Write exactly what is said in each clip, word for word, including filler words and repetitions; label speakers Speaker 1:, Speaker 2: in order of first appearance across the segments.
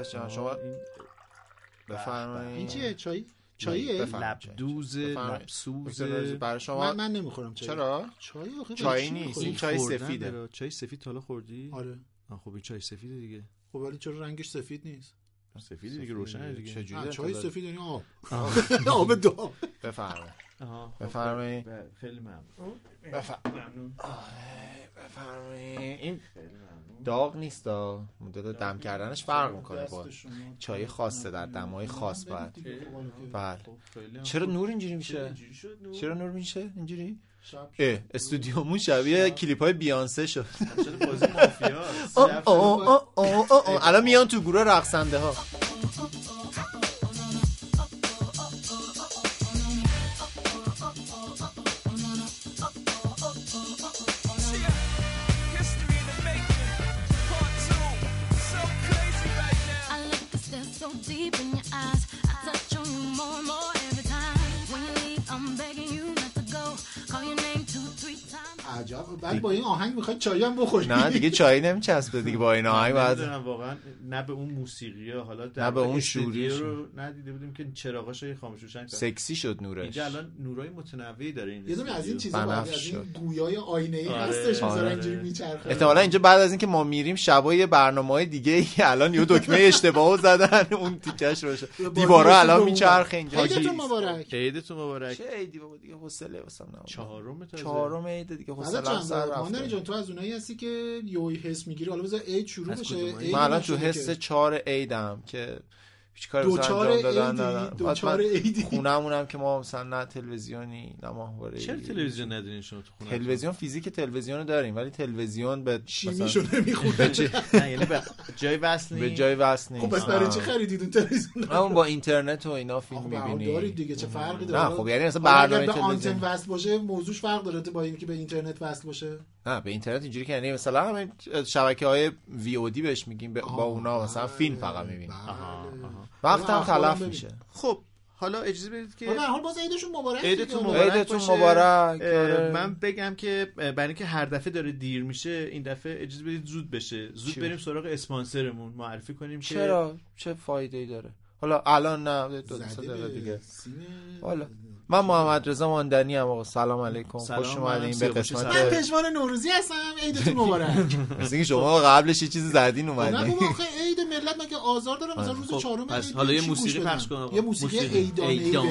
Speaker 1: جان شما بفرمایید.
Speaker 2: این چیه؟ چای؟ چاییه؟
Speaker 3: لبدوز، لبسوز.
Speaker 1: برای شما
Speaker 2: من من نمیخورم چای.
Speaker 1: چرا؟
Speaker 2: چای آخه
Speaker 1: چای نیست، این چای سفیده.
Speaker 3: چای سفید تا حالا خوردی؟
Speaker 2: آره.
Speaker 3: خب این چای سفیده دیگه.
Speaker 2: خب ولی چرا رنگش سفید نیست؟
Speaker 3: سفیده دیگه، روشنه دیگه.
Speaker 2: چجوری چای سفید یعنی آب. آب داغ.
Speaker 1: بفرمایید. بفرمایید.
Speaker 3: خیلی ممنون.
Speaker 1: بفرمایید. بفرمایید. این داغ نیست ها، مدل دم کردنش فرق میکنه با چای خاصه، در دمای خاص باید. بله. چرا نور اینجوری میشه؟ چرا نور میشه اینجوری؟ اه استودیومون شبیه کلیپ‌های بیانسه شد.
Speaker 3: بازی مافیاست.
Speaker 1: الان میان تو گروه رقصنده ها.
Speaker 2: عجب. بعد با این آهنگ میخوای چای هم بخوری؟
Speaker 1: نه دیگه چای نمیچسبه دیگه با این آهنگ. بعد
Speaker 3: واقعا نه به اون موسیقیه، حالا
Speaker 1: نه به اون شوری
Speaker 3: رو ندیده بودیم که چراغاشو خاموش روشن کرد.
Speaker 1: سکسی شد نورش.
Speaker 3: اینجا الان نورای متنوعی داره این.
Speaker 2: یه دونه از این چیزا بعد از این گویای آینه‌ای هستش میذارن اینجوری میچرخه.
Speaker 1: احتمالاً اینجا بعد از اینکه ما میریم شبا یه برنامه‌های دیگه ای الان یه دکمه اشتباهو زدن اون تیکش باشه. دیوارا الان میچرخه اینجا.
Speaker 2: عیدتون مبارک.
Speaker 3: عیدتون مبارک.
Speaker 1: چه عیدی بابا دیگه حوصله واسم نبود.
Speaker 3: چهارم تا
Speaker 1: چهارم عید دیگه حوصله سر رفت.
Speaker 2: ماندنی جان تو از اونایی هستی که یوی حس میگیری حالا بذار عید شروع بشه.
Speaker 1: من الان تو حس چهار عیدم که هیچ کاری واسه انجام دادن ندارم.
Speaker 2: دوچار عیدی.
Speaker 1: خونمونم که ما مثلا نه تلویزیونی نه ماهواره.
Speaker 3: چرا تلویزیون ندارین شما تو خونه؟
Speaker 1: تلویزیون فیزیک تلویزیون رو داریم ولی تلویزیون به
Speaker 2: شیمیشو نمیخونه.
Speaker 3: نه یعنی به جای وصل
Speaker 1: به جای وصل نیست.
Speaker 2: خب بس برای چی خریدید اون تلویزیون؟
Speaker 1: همون با اینترنت و اینا فیلم می‌بینی.
Speaker 2: دارید دیگه چه فرقی داره؟
Speaker 1: نه خب یعنی مثلا برنامه
Speaker 2: تلویزیون به
Speaker 1: تلویزیون
Speaker 2: آنتن وصل باشه موضوعش فرق داره با اینکه به اینترنت وصل باشه.
Speaker 1: نه به اینترنت اینجوری که یعنی مثلا همین شبکه‌های وی او دی بهش میگیم با اونا مثلا فیلم فقط می‌بینی. وقتم تلف میشه.
Speaker 3: خب حالا اجازه بدید که
Speaker 2: به هر حال باز عیدشون مبارک.
Speaker 3: عیدتون مبارک.
Speaker 1: عیدتون مبارک.
Speaker 3: من بگم که برای اینکه هر دفعه داره دیر میشه این دفعه اجازه بدید زود بشه. زود بریم سراغ اسپانسرمون معرفی کنیم که
Speaker 1: چرا چه فایده‌ای داره. حالا الان نه دو سه دقیقه دیگه. حالا من محمد رضا ماندنی ام. آقا سلام علیکم، خوش اومدین به قسمت.
Speaker 2: من پشمان نوروزی هستم. عیدتون مبارک.
Speaker 1: مثل اینکه شما قبلش یه چیزی زدین اومدین.
Speaker 2: نه بابا آخه عید ملت مگه آزار داره مثلا روز چهارم
Speaker 3: عید. حالا یه موسیقی پخش کنم.
Speaker 2: یه موسیقی عیدانه.
Speaker 4: سال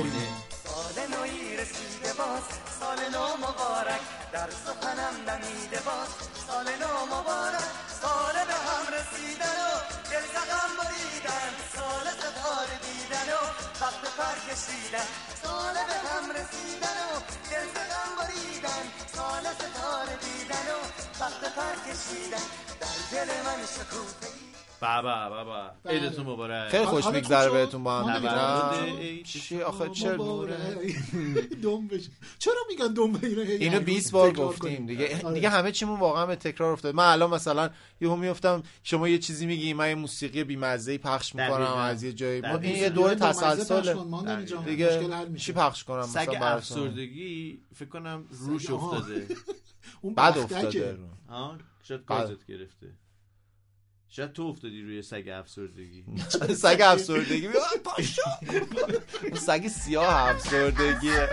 Speaker 4: نوی رسیده باز، سال نو مبارک، در سخنم دمیده باز، سال نو مبارک، سال به هم رسیدن و دل زغم بریدن، سال ستاره دیدن و وقت پر کشیدن، سال به هم رسیدن و دل زغم بریدن، سال ستاره دیدن و وقت پر کشیدن، در دل من شکوفه‌ای.
Speaker 3: بابا بابا عیدتون مبارک.
Speaker 1: خیلی خوش میگذره بهتون با هم
Speaker 3: دیگه.
Speaker 1: چی آخه چه
Speaker 2: دم بشه. چرا میگن دم اینو
Speaker 1: اینو بیست بار گفتیم دیگه. دیگه همه چیمون واقعا به تکرار افتاد. من الان مثلا یهو میافتم شما یه چیزی میگی من یه موسیقی بی‌مزه‌ای پخش میکنم از یه جایی. این یه دور تسلسل دیگه. چی پخش کنم مثلا
Speaker 3: سگ افسردگی فکر کنم روش افتاده.
Speaker 1: بعد افتاده.
Speaker 3: ها شاید گازت گرفته. شاید تو افتادی روی سگ افسردگی.
Speaker 1: سگ افسردگی میگه پاشو. اون سگ سیاه افسردگیه.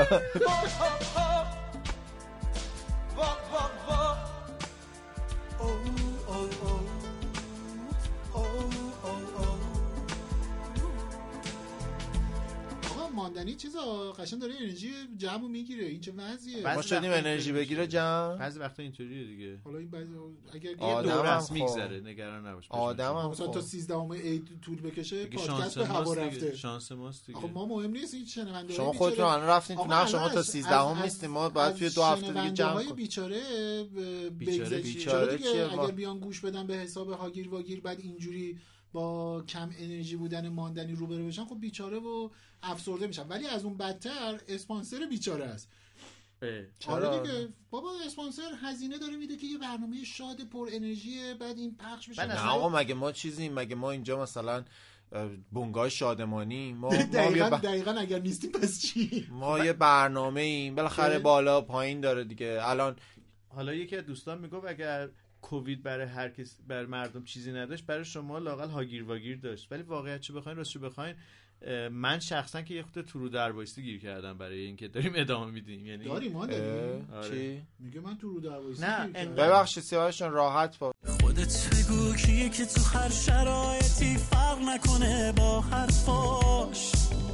Speaker 2: ماندنی چیزا قشنگ داره انرژی جمعو میگیره. این چه وضعیه؟
Speaker 1: ما شدیم انرژی بگیره جمع.
Speaker 3: بعضی وقتا اینطوریه دیگه.
Speaker 2: حالا این بعضی اگر
Speaker 3: یه دور راست میگذره نگران نباش.
Speaker 1: آدمم
Speaker 2: مثلا تا سیزدهم عید طول بکشه پادکست به هوا رفته.
Speaker 3: شانس ماست دیگه.
Speaker 2: خب ما مهم نیست این شنونده.
Speaker 1: شما خودتون الان رفتین تو نه شما تا سیزدهم نیستیم. ما باید توی دو هفته دیگه جمع کنیم.
Speaker 2: بیچاره
Speaker 1: بیچاره بیچاره
Speaker 2: چیه؟ اگر بیان گوش بدن به حساب هاگیر واگیر بعد اینجوری با کم انرژی بودن ماندنی روبرو بشن خب بیچاره و افسرده میشن. ولی از اون بدتر اسپانسر بیچاره است. آره دیگه بابا اسپانسر هزینه داره میده که یه برنامه شاد پر انرژی بعد این پخش بشه.
Speaker 1: نه آقا مگه ما چیزیم؟ مگه ما اینجا مثلا بنگاه شادمانی ما
Speaker 2: دقیقاً,
Speaker 1: ما
Speaker 2: دقیقاً اگر نیستیم پس چی؟
Speaker 1: ما یه برنامه ایم بالاخره بالا پایین داره دیگه. الان
Speaker 3: حالا یکی از دوستان میگفت اگر کووید برای هر کس بر مردم چیزی نداشت، برای شما لااقل هاگیر واگیر داشت. ولی واقعیت چه بخواین راستش بخواین من شخصا که یه خود تو رو در وایسی گیر کردم برای اینکه داریم ادامه میدیم. یعنی
Speaker 2: داریم ما داریم
Speaker 1: چی
Speaker 2: میگه من تو رو در وایسی
Speaker 3: نه
Speaker 1: ببخشید سیاوشون راحت با
Speaker 5: خودت بگو کیه که تو هر شرایطی فرق نکنه با حرفاش،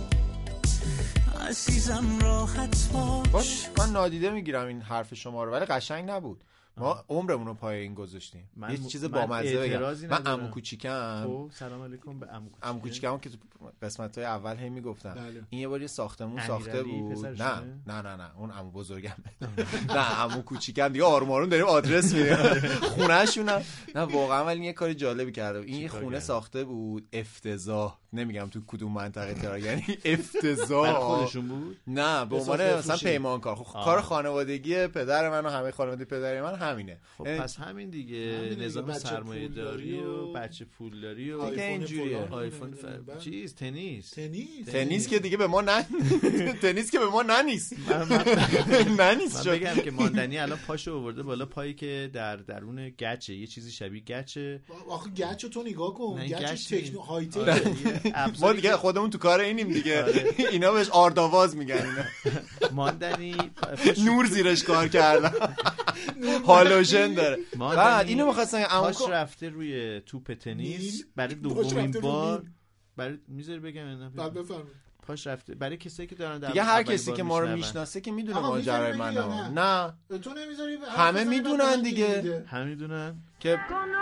Speaker 5: عزیزم راحت باش.
Speaker 1: باش من نادیده میگیرم این حرف شما رو، ولی قشنگ نبود. ما عمرمون رو پای این گذاشتیم. یه چیز بامزه بگم، من عمو کوچیکم،
Speaker 3: سلام علیکم به عمو کوچیکم.
Speaker 1: عمو کوچیکم که تو قسمت‌های اول هم میگفتم
Speaker 2: بله.
Speaker 1: این یه بار یه ساختمون ساخته بود. نه نه نه نه اون عمو بزرگم نه عمو کوچیکم دیگه آروم آروم داریم آدرس میدیم خونه‌شون. نه واقعا ولی یه کاری جالبی کرده. این یه خونه ساخته بود افتضاح، نمیگم تو کدوم منطقه تهران، یعنی افتضاح.
Speaker 3: خودشون بود؟
Speaker 1: نه به عنوان مثلا پیمانکار. خب کار خانوادگی پدر من و همه خانواده پدر من همینه.
Speaker 3: خب پس همین دیگه نظام سرمایه داری و بچه پولداری و
Speaker 1: دیگه اینجوریه.
Speaker 3: آیفون ف... چیز تنیس
Speaker 2: تنیس
Speaker 1: تنیس که دیگه به ما نه تنیس که به ما ننیست ننیست شد.
Speaker 3: من بگم که ماندنی الان پاشو آورده بالا پایی که در درون گچه، یه چیزی شبیه گچه.
Speaker 2: آخه گچو تو نگاه کن، گچ تکنو های
Speaker 1: تک. ما دیگه خودمون تو کار اینیم دیگه. اینا بهش آرداواز میگن. اینا
Speaker 3: ماندنی
Speaker 1: نور زیرش کار کردن هالوژن داره. بعد اینو می‌خواستن
Speaker 3: پاش رفته روی توپ تنیس برای دومین بار. برای میذاری بگم نه
Speaker 2: بعد بفرمایید.
Speaker 3: پاش رفته برای کسایی که دارن در
Speaker 1: دیگه هر کسی که ما رو میشناسه که میدونه ماجرای منو. نه
Speaker 2: تو نمیذاری
Speaker 1: همه میدونن دیگه.
Speaker 3: همه میدونن
Speaker 1: که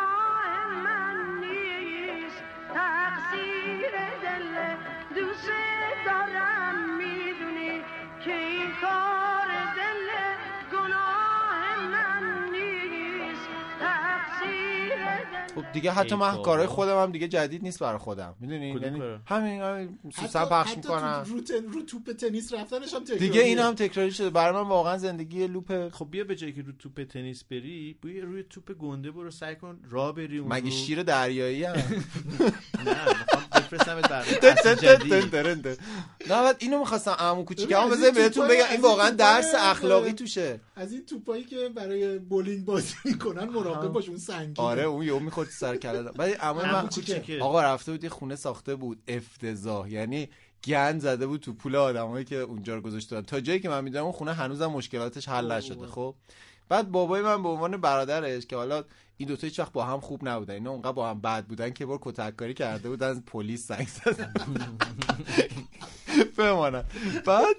Speaker 1: خب دیگه حتی من کارهای خودم هم دیگه جدید نیست برای خودم، میدونی؟ یعنی همین همین سوسن پخش میکنم.
Speaker 2: رو تن رو توپ تنیس رفتنش هم تکراری
Speaker 1: دیگه این هم تکراری شده برای من. واقعا زندگی لوپ.
Speaker 3: خب بیا به جایی که رو توپ تنیس بری، بیا روی توپ گنده برو، سعی کن راه بری اون.
Speaker 1: مگه شیر دریایی ام؟
Speaker 3: نه میخوام بفرستمت برای
Speaker 1: نه بعد اینو می‌خواستم عمو کوچیکم بذارم بهتون بگم این واقعا درس اخلاقی توشه.
Speaker 2: از این توپایی که برای بولینگ بازی میکنن مراقب باش، اون سنگین.
Speaker 1: آره اون یهو میخورد سر کله. ولی عمو من آقا رفته بود یه خونه ساخته بود افتضاح، یعنی گند زده بود تو پول آدمایی که اونجا رو گذاشته بودن. تا جایی که من میدونم اون خونه هنوزم مشکلاتش حل نشده. خب بعد بابای من به عنوان برادرش که حالا این دو تا هیچ وقت با هم خوب نبودن، اینا اونقدر با هم بد بودن که بار کتککاری کرده بودن، پلیس زنگ زدن بمانن. بعد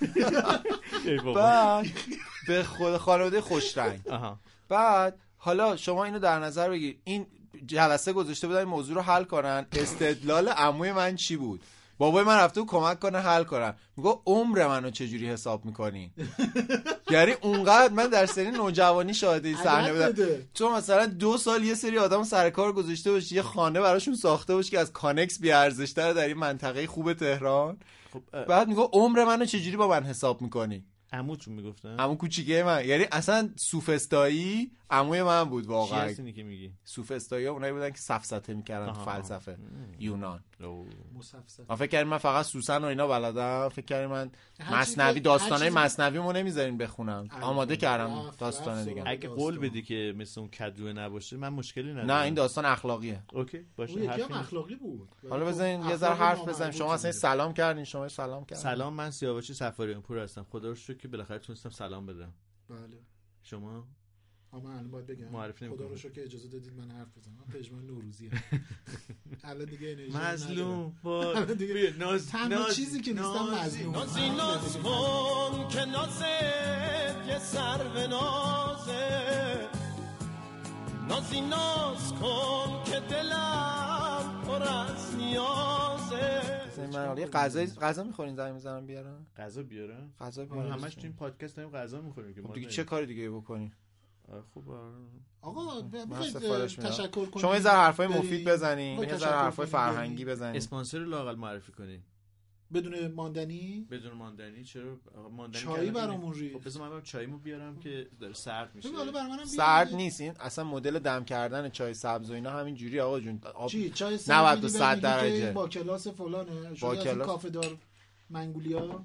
Speaker 1: بعد به خود خانواده خوش رنگ. بعد حالا شما اینو در نظر بگیر، این جلسه گذاشته بودن این موضوع رو حل کنن. استدلال عموی من چی بود؟ بابای من رفته بود کمک کنه حل کنن. میگه عمر منو چجوری حساب میکنین؟ یعنی اونقدر من در سن نوجوانی شاهد این صحنه بودم. چون مثلا دو سال یه سری آدم سر کار گذاشته باشی، یه خانه براشون ساخته باشی که از کانکس بی ارزش تره در این منطقه خوب تهران. خب بعد میگه عمر منو چجوری با من حساب میکنی؟
Speaker 3: عموتون میگفتن؟
Speaker 1: عمو کوچیکه من، یعنی اصلا سوفسطایی عموی من بود واقعا.
Speaker 3: چی هستی که میگی؟
Speaker 1: سوفسطایی ها اونایی بودن که سفسطه میکردن تو فلسفه ام. یونان.
Speaker 2: مسفسطه.
Speaker 1: من فکر کردم من فقط سوسن و اینا بلدم، فکر کردم من مثنوی داستانای مثنویمو نمیذارین بخونم. آماده کردم داستان دیگه.
Speaker 3: اگه قول بدی که مثل اون کدو نباشه من مشکلی ندارم.
Speaker 1: نه این داستان اخلاقیه.
Speaker 3: اوکی باشه.
Speaker 2: اون یکی هم اخلاقی بود.
Speaker 1: حالا بزنین یه ذره حرف بزنیم. شما اصلا سلام کردین، شما سلام کردین.
Speaker 3: سلام، من سیاوش سفاریان پور هستم. خدا رو شکر که بالاخره تونستم سلام بدم.
Speaker 2: بله.
Speaker 3: شما؟
Speaker 2: اما الان باید بگم خدا رو شکر که اجازه دادید من حرف بزنم. من پژمان نوروزی ام. الان دیگه انرژی
Speaker 3: مظلوم
Speaker 2: با دیگه ناز تنها چیزی که نیستم مظلوم.
Speaker 5: نازی ناز کن که نازت یه سر به نازه، نازی ناز کن که دلم پر از نیازه.
Speaker 1: من یه غذا غذا می‌خورین زنگ می‌زنم بیارم؟
Speaker 3: غذا بیارم؟
Speaker 1: غذا بیارم.
Speaker 3: همش تو این پادکست داریم غذا می‌خوریم که ما
Speaker 1: دیگه چه کاری دیگه بکنیم؟
Speaker 3: خوب
Speaker 2: آقا بخواید تشکر کنید.
Speaker 1: شما یه ذره حرفای مفید بزنین، یه ذره حرفای فرهنگی بزنین.
Speaker 3: اسپانسر لااقل معرفی کنین.
Speaker 2: بدون ماندنی؟
Speaker 3: بدون ماندنی چرا؟ ماندنی
Speaker 2: چای برامون ریخت.
Speaker 3: خب بذار من چایمو بیارم که داره سرد میشه.
Speaker 1: سرد نیست این اصلا مدل دم کردن چای سبز و اینا همین جوری آقا جون.
Speaker 2: چی چای
Speaker 1: سبز نود و صد درجه
Speaker 2: با کلاس فلانه. با کلاس کافه دار منگولیا.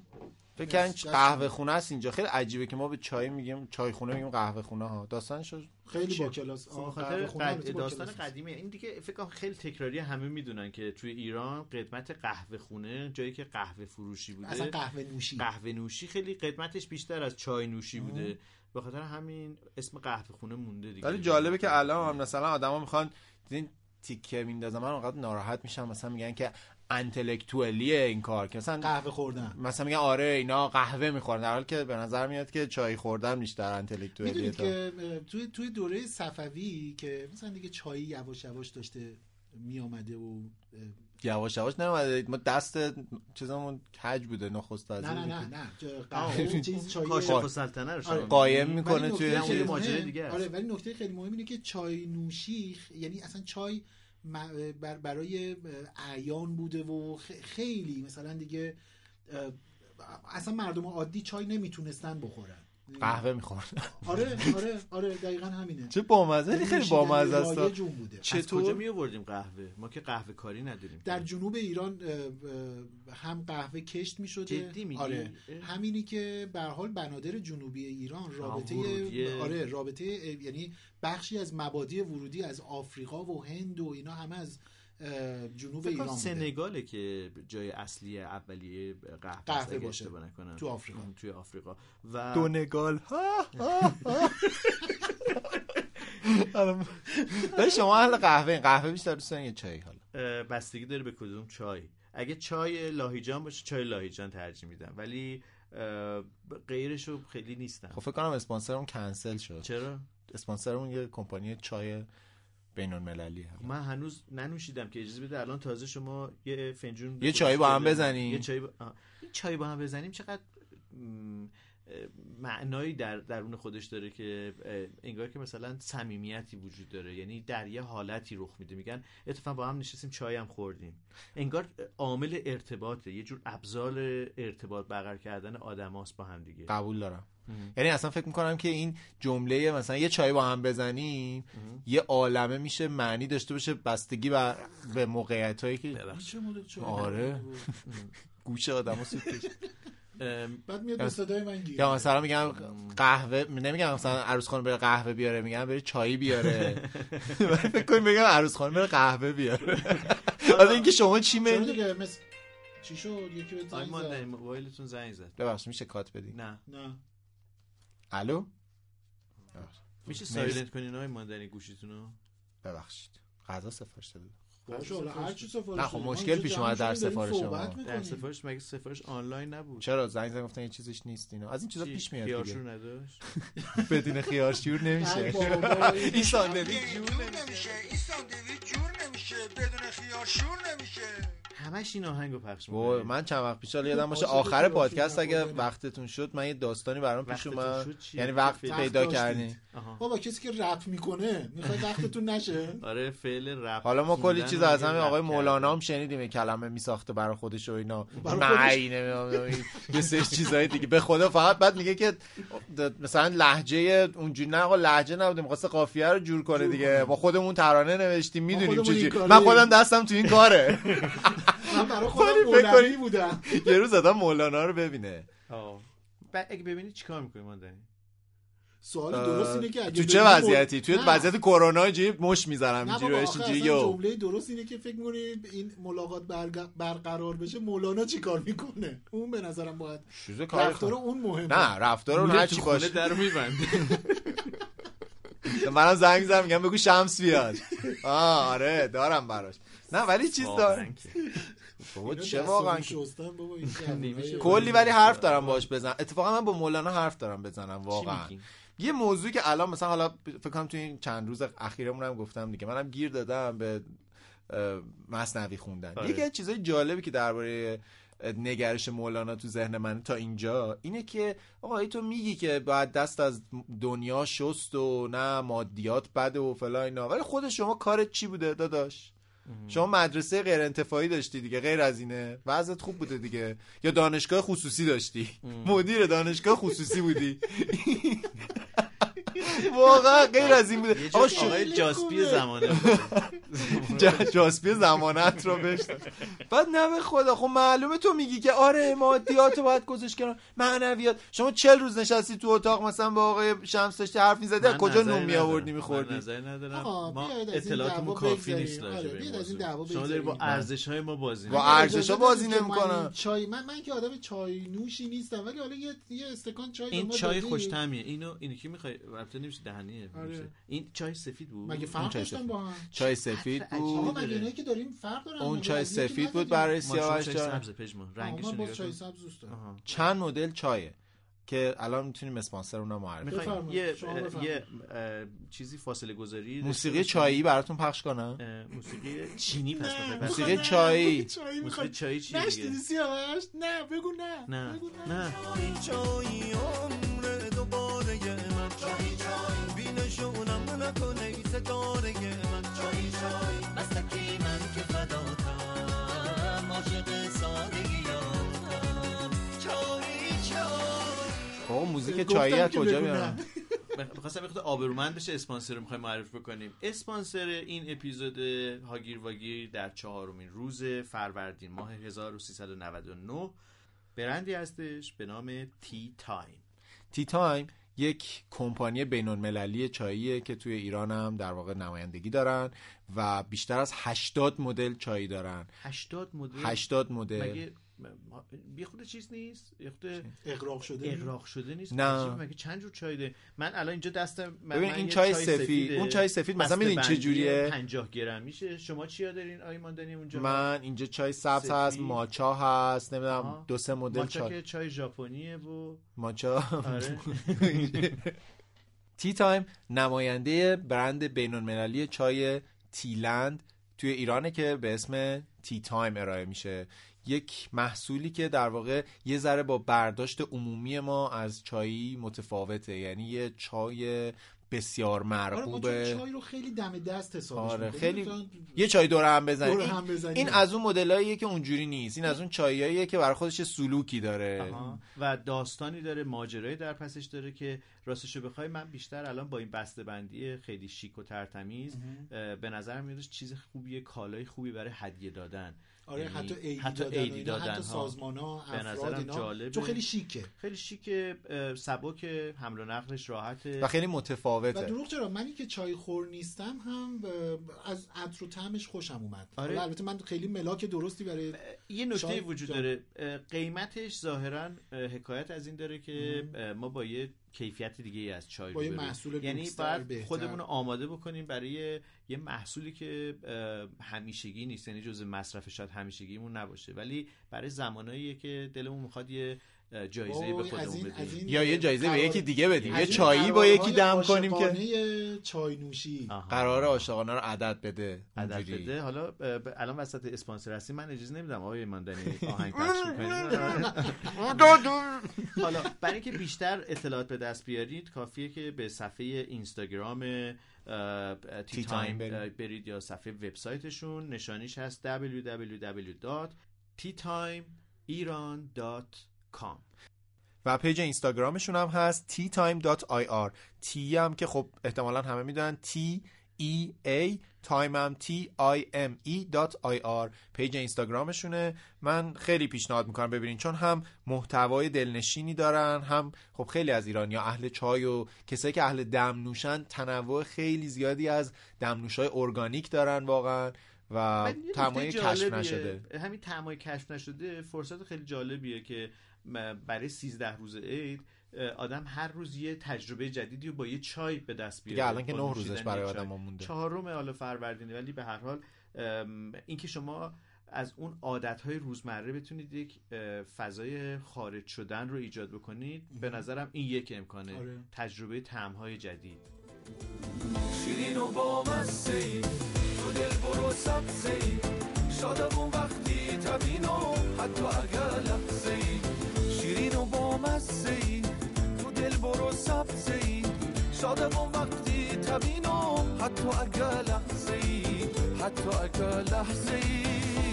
Speaker 1: فکر کنم قهوه خونه است اینجا. خیلی عجیبه که ما به چای میگیم چای خونه میگیم قهوه خونه ها. داستانش
Speaker 2: خیلی با کلاس.
Speaker 3: خاطر قد... داستان قدیمی این دیگه فکر کنم خیلی تکراری، همه میدونن که توی ایران قدمت قهوه خونه جایی که قهوه فروشی بوده،
Speaker 2: اصلا قهوه نوشی
Speaker 3: قهوه نوشی خیلی قدمتش بیشتر از چای نوشی بوده، به خاطر همین اسم قهوه خونه مونده دیگه.
Speaker 1: ولی جالبه که الان مثلا آدما میخوان این تیکه میندازن، من اونقدر ناراحت میشم مثلا میگن که انتלקتوالیه این کار که مثلا
Speaker 2: قهوه خوردن،
Speaker 1: مثلا میگن آره اینا قهوه میخورن، در حالی که به نظر میاد که چای خوردن بیشتر انتלקتوالیه.
Speaker 2: میدونید که توی توی دوره صفوی که مثلا دیگه چای یواش یواش داشته می اومده و
Speaker 1: یواش یواش نمیاد، ما دست چیزامون کج بوده نخست از
Speaker 2: نه نه نه نه قهوه چیز چای
Speaker 3: کاشف السلطنه رو
Speaker 2: آره.
Speaker 1: قایم میکنه توی
Speaker 3: چیز ماجرای دیگه است.
Speaker 2: آره ولی نکته خیلی مهم اینه که چای نوشی یعنی اصلا چای بر برای اعیان بوده و خیلی مثلا دیگه اصلا مردم عادی چای نمیتونستن بخورن،
Speaker 1: قهوه میخورن.
Speaker 2: آره آره آره دقیقاً همینه.
Speaker 1: چه بامزه، خیلی بامزه است.
Speaker 3: چطور کجا می آوردیم قهوه؟ ما که قهوه کاری نداریم.
Speaker 2: در جنوب ایران هم قهوه کشت میشده. آره همینی که به هر حال بنادر جنوبی ایران رابطه آره رابطه یعنی بخشی از مبادی ورودی از آفریقا و هند و اینا همه از جنوب ایران بوده.
Speaker 3: سنگاله که جای اصلی اولیه قهوه,
Speaker 2: قهوه باشه تو آفریقا.
Speaker 3: توی آفریقا و
Speaker 1: دونگال. ولی شما اهل قهوه، قهوه بیشتر دوست دارین یا چای؟ حالا
Speaker 3: بستگی داره به کدوم چای. اگه چای لاهیجان باشه چای لاهیجان ترجیح میدم، ولی غیرشو خیلی نیستم.
Speaker 1: خب فکر کنم اسپانسرمون کنسل شد.
Speaker 3: چرا؟
Speaker 1: اسپانسرمون یه کمپانی چای بین‌المللی هست.
Speaker 3: من هنوز ننوشیدم که اجازه بده الان تازه شما یه فنجون
Speaker 1: یه چای با هم بزنیم.
Speaker 3: یه چای با... این چای با هم بزنیم چقدر م... معنایی در درون خودش داره که انگار که مثلا صمیمیتی وجود داره، یعنی در یه حالتی رخ میده. میگن اتفاقا با هم نشستیم چای هم خوردیم، انگار عامل ارتباطه، یه جور ابزار ارتباط برقرار کردن آدماست با هم دیگه.
Speaker 1: قبول دارم. یعنی اصلا فکر میکنم که این جمله مثلا یه چای با هم بزنیم یه عالمه میشه معنی داشته باشه بستگی بر به موقعیتایی که آره گوش آدمو سوت بشه.
Speaker 2: بعد میاد صدای من گیر.
Speaker 1: یا مثلا میگم قهوه، نمیگم مثلا عروس خانم بره قهوه بیاره، میگم بره چای بیاره. فکر کنیم بگم عروس خانم بره قهوه بیاره. حالا اینکه شما چی میگید؟
Speaker 2: چی شد؟ یکی به زنگ
Speaker 3: زد. موبایلتون زنگ زد.
Speaker 1: ببخشید میشه کات بدی؟
Speaker 3: نه.
Speaker 2: نه.
Speaker 1: الو؟
Speaker 3: میشه سایلنت کنین آقای ماندنی گوشیتونو؟
Speaker 1: ببخشید. غذا سفارش دادم.
Speaker 2: باشه حالا هر چی سفارش.
Speaker 1: نه خب مشکل پیش اومد در سفارش شما.
Speaker 3: در سفارش مگه سفارش آنلاین نبود؟
Speaker 1: چرا زنگ زدن گفتن یه چیزیش نیست اینا. از این چیزا پیش میاد دیگه.
Speaker 3: خیارشور نداشت.
Speaker 1: بدون خیارشور نمیشه. این ساندویچ جور نمیشه.
Speaker 6: این ساندویچ جور نمیشه. بدون خیارشور نمیشه.
Speaker 3: همش این آهنگو پخش می‌کنه.
Speaker 1: من چند وقت پیش یادم باشه آخر پادکست اگه وقتتون شد من یه داستانی برام پیش اومد، یعنی وقت پیدا کردین.
Speaker 2: بابا کسی که رپ میکنه میخواد وقتتون نشه.
Speaker 3: آره فعل رپ.
Speaker 1: حالا ما کلی چیز از همین آقای مولانا هم شنیدیم، کلمه میساخته برای خودش و اینا، معنی نمیدونم یه سری چیزای دیگه. به خدا فقط بعد میگه که مثلا لهجه اونجوری نه، آقا لهجه نبوده، می‌خواسته قافیه رو جور کنه دیگه. با خودمون ترانه نوشتیم، میدونیم چجوری. من خودم دستم تو این کاره.
Speaker 2: من برای خودم مولوی بودم.
Speaker 1: یه روز آدم مولانا رو ببینه.
Speaker 3: بعد اگه ببینی چیکار می‌کنی ماندنی؟
Speaker 2: سوال درست اینه که
Speaker 1: تو چه وضعیتی؟ توی وضعیت کرونا جیب مش می‌ذارم اینجوری بهش اینجوری.
Speaker 2: یو جمله درست اینه که فکر می‌کنی این ملاقات برقرار بشه مولانا چیکار می‌کنه؟ اون به نظرم باید رفتار اون مهمه.
Speaker 1: نه رفتار اون هر چی باشه
Speaker 3: درو می‌بنده.
Speaker 1: منم زنگ زدم میگم بگو شمس بیاد. آه آره دارم براش. نه ولی چیز دارم. بابا چه واقعا کلی ولی حرف دارم باش بزنم. اتفاقا من با مولانا حرف دارم بزنم واقعا. یه موضوعی که الان مثلا حالا فکر کنم تو این چند روز اخیرمون هم گفتم دیگه، منم گیر دادم به مثنوی خوندن. یکی از چیزای جالبی که درباره نگرش مولانا تو ذهن من تا اینجا اینه که آقا ای تو میگی که باید دست از دنیا شست و نه مادیات بده و فلان اینا، ولی خود شما کارت چی بوده داداش؟ شما مدرسه غیر انتفاعی داشتی دیگه، غیر از اینه وضعت خوب بوده دیگه، یا دانشگاه خصوصی داشتی، مدیر دانشگاه خصوصی بودی. واقعا غیر از این بوده.
Speaker 3: آقا آقای جاسپی زمانه
Speaker 1: جاسپی ضمانت رو بشتن. بعد نه به خدا خب معلومه تو میگی که آره مادیات رو باید گذاشت کنار، معنویات. شما چهل روز نشستی تو اتاق مثلا با آقای شمس داشتی حرف می‌زدی، از کجا نون میآوردی می‌خوردی؟
Speaker 3: نظر ندارم. ما اطلاعاتمون کافی نیست راجع به این. شما داری با ارزش‌های ما بازی
Speaker 1: با ارزش‌ها بازی نمی‌کنن.
Speaker 2: چای من من که آدم چای نوشی نیستم، ولی حالا یه یه استکان چای
Speaker 3: این چای خوش طعمیه. اینو اینو کی می‌خوای؟ البته نمیشه دهنیه. این چای سفید بود.
Speaker 2: مگه فرق داشتن با هم؟
Speaker 1: چای سفید بود.
Speaker 2: آقا مگه اینایی که داریم فرق دارن؟
Speaker 1: اون چای سفید بود برای سیاوش
Speaker 3: چای سبز پژمان. رنگش
Speaker 2: نگاه چای سبز دوست دارم.
Speaker 1: چند مدل چایه که الان میتونیم اسپانسر اونها معرفی
Speaker 3: کنیم. یه یه چیزی فاصله گذاری
Speaker 1: موسیقی چایی براتون پخش کنم.
Speaker 3: موسیقی چینی پس بخوای.
Speaker 1: موسیقی چایی.
Speaker 3: موسیقی چایی چی دیگه؟
Speaker 2: نشدی سیاوش؟ نه بگو نه.
Speaker 3: نه نه.
Speaker 5: چای عمر دوباره من چای چای بینشونم نکنه ستاره من چای چای مستکی من که فداتم عاشق سادگیاتم چای چای.
Speaker 1: آقا موزیک چایی از کجا میارن؟
Speaker 3: می‌خواستم بخاطر آبرومند بشه اسپانسر رو می‌خوایم معرفی بکنیم. اسپانسر این اپیزود هاگیر واگیر در چهارمین روز فروردین ماه هزار و سیصد و نود و نه برندی هستش به نام تی تایم.
Speaker 1: تی تایم یک کمپانی بین‌المللی چاییه که توی ایران هم در واقع نمایندگی دارن و بیشتر از هشتاد مدل چایی دارن.
Speaker 3: هشتاد مدل؟
Speaker 1: هشتاد مدل.
Speaker 3: مگه بی خود چیز نیست؟ یه خود
Speaker 2: اغراق شده
Speaker 3: اغراق شده نیست؟
Speaker 1: نه.
Speaker 3: مگه چند جور چای ده؟ من الان اینجا دستم
Speaker 1: ببین این چای, چای سفید، اون چای سفید مثلا میدونین چه جوریه؟
Speaker 3: پنجاه گرم میشه. شما چیا دارین آقای ماندنی اونجا؟
Speaker 1: من اینجا چای سبز هست، ماچا هست، نمیدونم دو سه مدل
Speaker 3: ماچا
Speaker 1: چای.
Speaker 3: که چای ژاپنیه و
Speaker 1: ماچا.
Speaker 3: آره.
Speaker 1: تی تایم نماینده برند بین‌المللی چای تیلند توی ایرانه که به اسم تی تایم ارائه میشه. یک محصولی که در واقع یه ذره با برداشت عمومی ما از چایی متفاوته، یعنی یه چای بسیار مرغوبه.
Speaker 2: آره چای رو خیلی دم دست حسابش
Speaker 1: آره
Speaker 2: می‌کنیم.
Speaker 1: خیلی یه چای دوره هم بزنیم.
Speaker 2: دوره هم بزنیم.
Speaker 1: این از اون مدلاییه که اونجوری نیست. این از اون چایاییه که برای خودش سلوکی داره.
Speaker 3: آها. و داستانی داره، ماجرایی در پسش داره که راستشو بخوای من بیشتر الان با این بسته‌بندی خیلی شیک و ترتمیز به نظر میاد چیز خوبیه، کالای خوبی برای هدیه دادن.
Speaker 2: آره
Speaker 3: یعنی
Speaker 2: حتی ایدی
Speaker 3: حتی
Speaker 2: دادن,
Speaker 3: ایدی دادن
Speaker 2: حتی سازمان‌ها
Speaker 3: به نظرم جالبه،
Speaker 2: چون خیلی شیکه،
Speaker 3: خیلی شیکه، سبک، حمل و نقلش راحته
Speaker 1: و خیلی متفاوته.
Speaker 2: و دروغ چرا منی که چای خور نیستم هم از عطر و طعمش خوشم اومد.
Speaker 3: آره.
Speaker 2: البته من خیلی ملاک درستی برای
Speaker 3: یه نکته وجود جا... داره. قیمتش ظاهرا حکایت از این داره که ام. ما با یه کیفیت دیگه ای از چای
Speaker 2: با یه محصول
Speaker 3: یعنی باید خودمون رو آماده بکنیم برای یه محصولی که همیشگی نیست، یعنی جزء مصرف شاید همیشگیمون نباشه، ولی برای زماناییه که دلمون میخواد یه جایزه به خودمون بدیم
Speaker 1: یا یه جایزه به یکی دیگه بدیم، یه چایی با یکی دم کنیم که
Speaker 2: چای نوشی
Speaker 1: قراره عاشقانه رو عدد بده
Speaker 3: عدد بده. حالا ب... الان وسط اسپانسر هستیم، من اجازه نمیدم آقای ماندنی آهنگ پخش می‌کنید. حالا برای اینکه بیشتر اطلاعات به دست بیارید کافیه که به صفحه اینستاگرام تی تایم برید یا صفحه وبسایتشون، نشانیش هست دبلیو دبلیو دبلیو دات تی تایم ایران دات کام
Speaker 1: و پیج اینستاگرامشون هم هست تی تایم دات آی آر. تی هم که خب احتمالاً همه میدونن تی ای ای، تایم هم تی آی ام ای دات آی آر پیج اینستاگرامشونه. من خیلی پیشنهاد میکنم ببینین، چون هم محتوای دلنشینی دارن، هم خب خیلی از ایرانی‌ها اهل چای و کسایی که اهل دم نوشن تنوع خیلی زیادی از دمنوش‌های ارگانیک دارن واقعا و طعمای کشف نشده.
Speaker 3: همین طعمای کشف نشده فرصت خیلی جالبیه که برای سیزده روز عید آدم هر روز یه تجربه جدیدی رو با یه چای به دست بیاره.
Speaker 1: دیگه الان که نه روزش برای آدم‌ها مونده،
Speaker 3: چهارم حالا فروردینه، ولی به هر حال اینکه شما از اون عادت‌های روزمره بتونید یک فضای خارج شدن رو ایجاد بکنید، به نظرم این یک امکانه. آره. تجربه طعم‌های جدید.
Speaker 5: شیرین و با مزه‌ای تو دل برو سبزه‌ای شادم اون وقتی تبینو حتی اگر لحظه‌ای شیرین و با مزه‌ای تو دل برو سبزه‌ای شادم اون وقتی تبینو حتی اگر لحظه‌ای حتی اگر لحظه‌ای.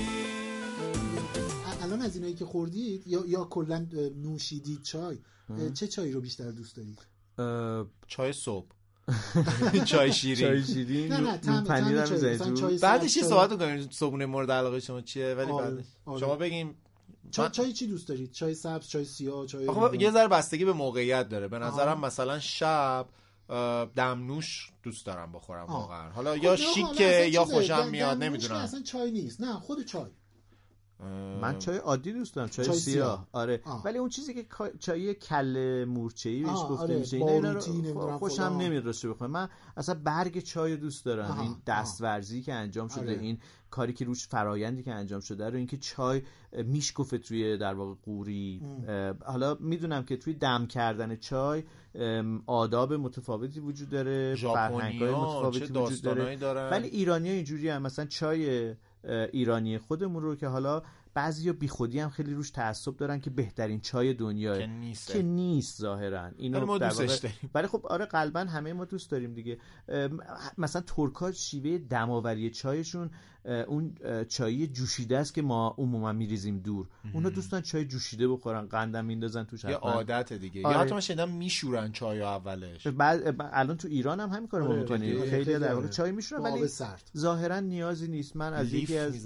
Speaker 2: الان از اینایی که خوردید یا یا کلا نوشیدید چای، چه چایی رو بیشتر دوست دارید؟
Speaker 1: چای صبح. چای شیرین
Speaker 3: چای شیرین
Speaker 2: نه نه تم
Speaker 3: پنیر
Speaker 2: تم
Speaker 3: هم
Speaker 2: چای
Speaker 3: زیتون.
Speaker 1: بعدش یه صحبت می‌کنیم صبحونه مورد علاقه شما چیه، ولی بعدش شما بگیم
Speaker 2: چای چای چی دوست دارید؟ چای سبز، چای سیاه، چای
Speaker 1: آخه یه ذره بستگی به موقعیت داره. به نظرم
Speaker 2: آه.
Speaker 1: مثلا شب دمنوش دوست دارم بخورم واقعا. حالا
Speaker 2: خب
Speaker 1: یا شیکه یا خوشم میاد نمیدونم.
Speaker 2: اصلا چای نیست. نه خود چای.
Speaker 3: من چای عادی دوست دارم، چای,
Speaker 2: چای
Speaker 3: سیاه.
Speaker 2: سیاه.
Speaker 3: آره
Speaker 2: آه.
Speaker 3: ولی اون چیزی که چای کله مورچه‌ای بهش گفته
Speaker 2: آره.
Speaker 3: میشه اینا
Speaker 2: رو
Speaker 3: خوشم نمیاد بخورم. من اصلا برگ چای دوست دارم.
Speaker 2: آها.
Speaker 3: این دستورزی که انجام شده،
Speaker 2: آره.
Speaker 3: این کاری که روش فرایندی که انجام شده رو، اینکه چای میشکفه توی در واقع قوری. حالا میدونم که توی دم کردن چای آداب متفاوتی وجود داره، فرهنگ‌های متفاوتی وجود داره دارن. ولی ایرانی‌ها اینجوری هم مثلا چای ایرانی خودمون رو که حالا بعضیا بی خودی هم خیلی روش تعصب دارن که بهترین چای دنیاه
Speaker 1: که نیست
Speaker 3: که نیست ظاهرا اینو
Speaker 1: ما
Speaker 3: در
Speaker 1: دوستش
Speaker 3: واقع...
Speaker 1: داریم.
Speaker 3: ولی خب آره قلبا همه ما دوست داریم دیگه. مثلا ترک‌ها شیوه دماوری چایشون اون چای جوشیده است که ما عموما میریزیم دور. اونا دوستان چای جوشیده بخورن، قندم میندازن توش.
Speaker 1: یه عادت دیگه.
Speaker 3: آره.
Speaker 1: یا حتی من شنیدم میشورن چای اولش.
Speaker 3: بعد الان تو ایران هم همین کارو
Speaker 2: آره
Speaker 3: میکنیم. خیلی, خیلی در واقع چای میشورن ولی ظاهرا نیازی نیست. من از یکی از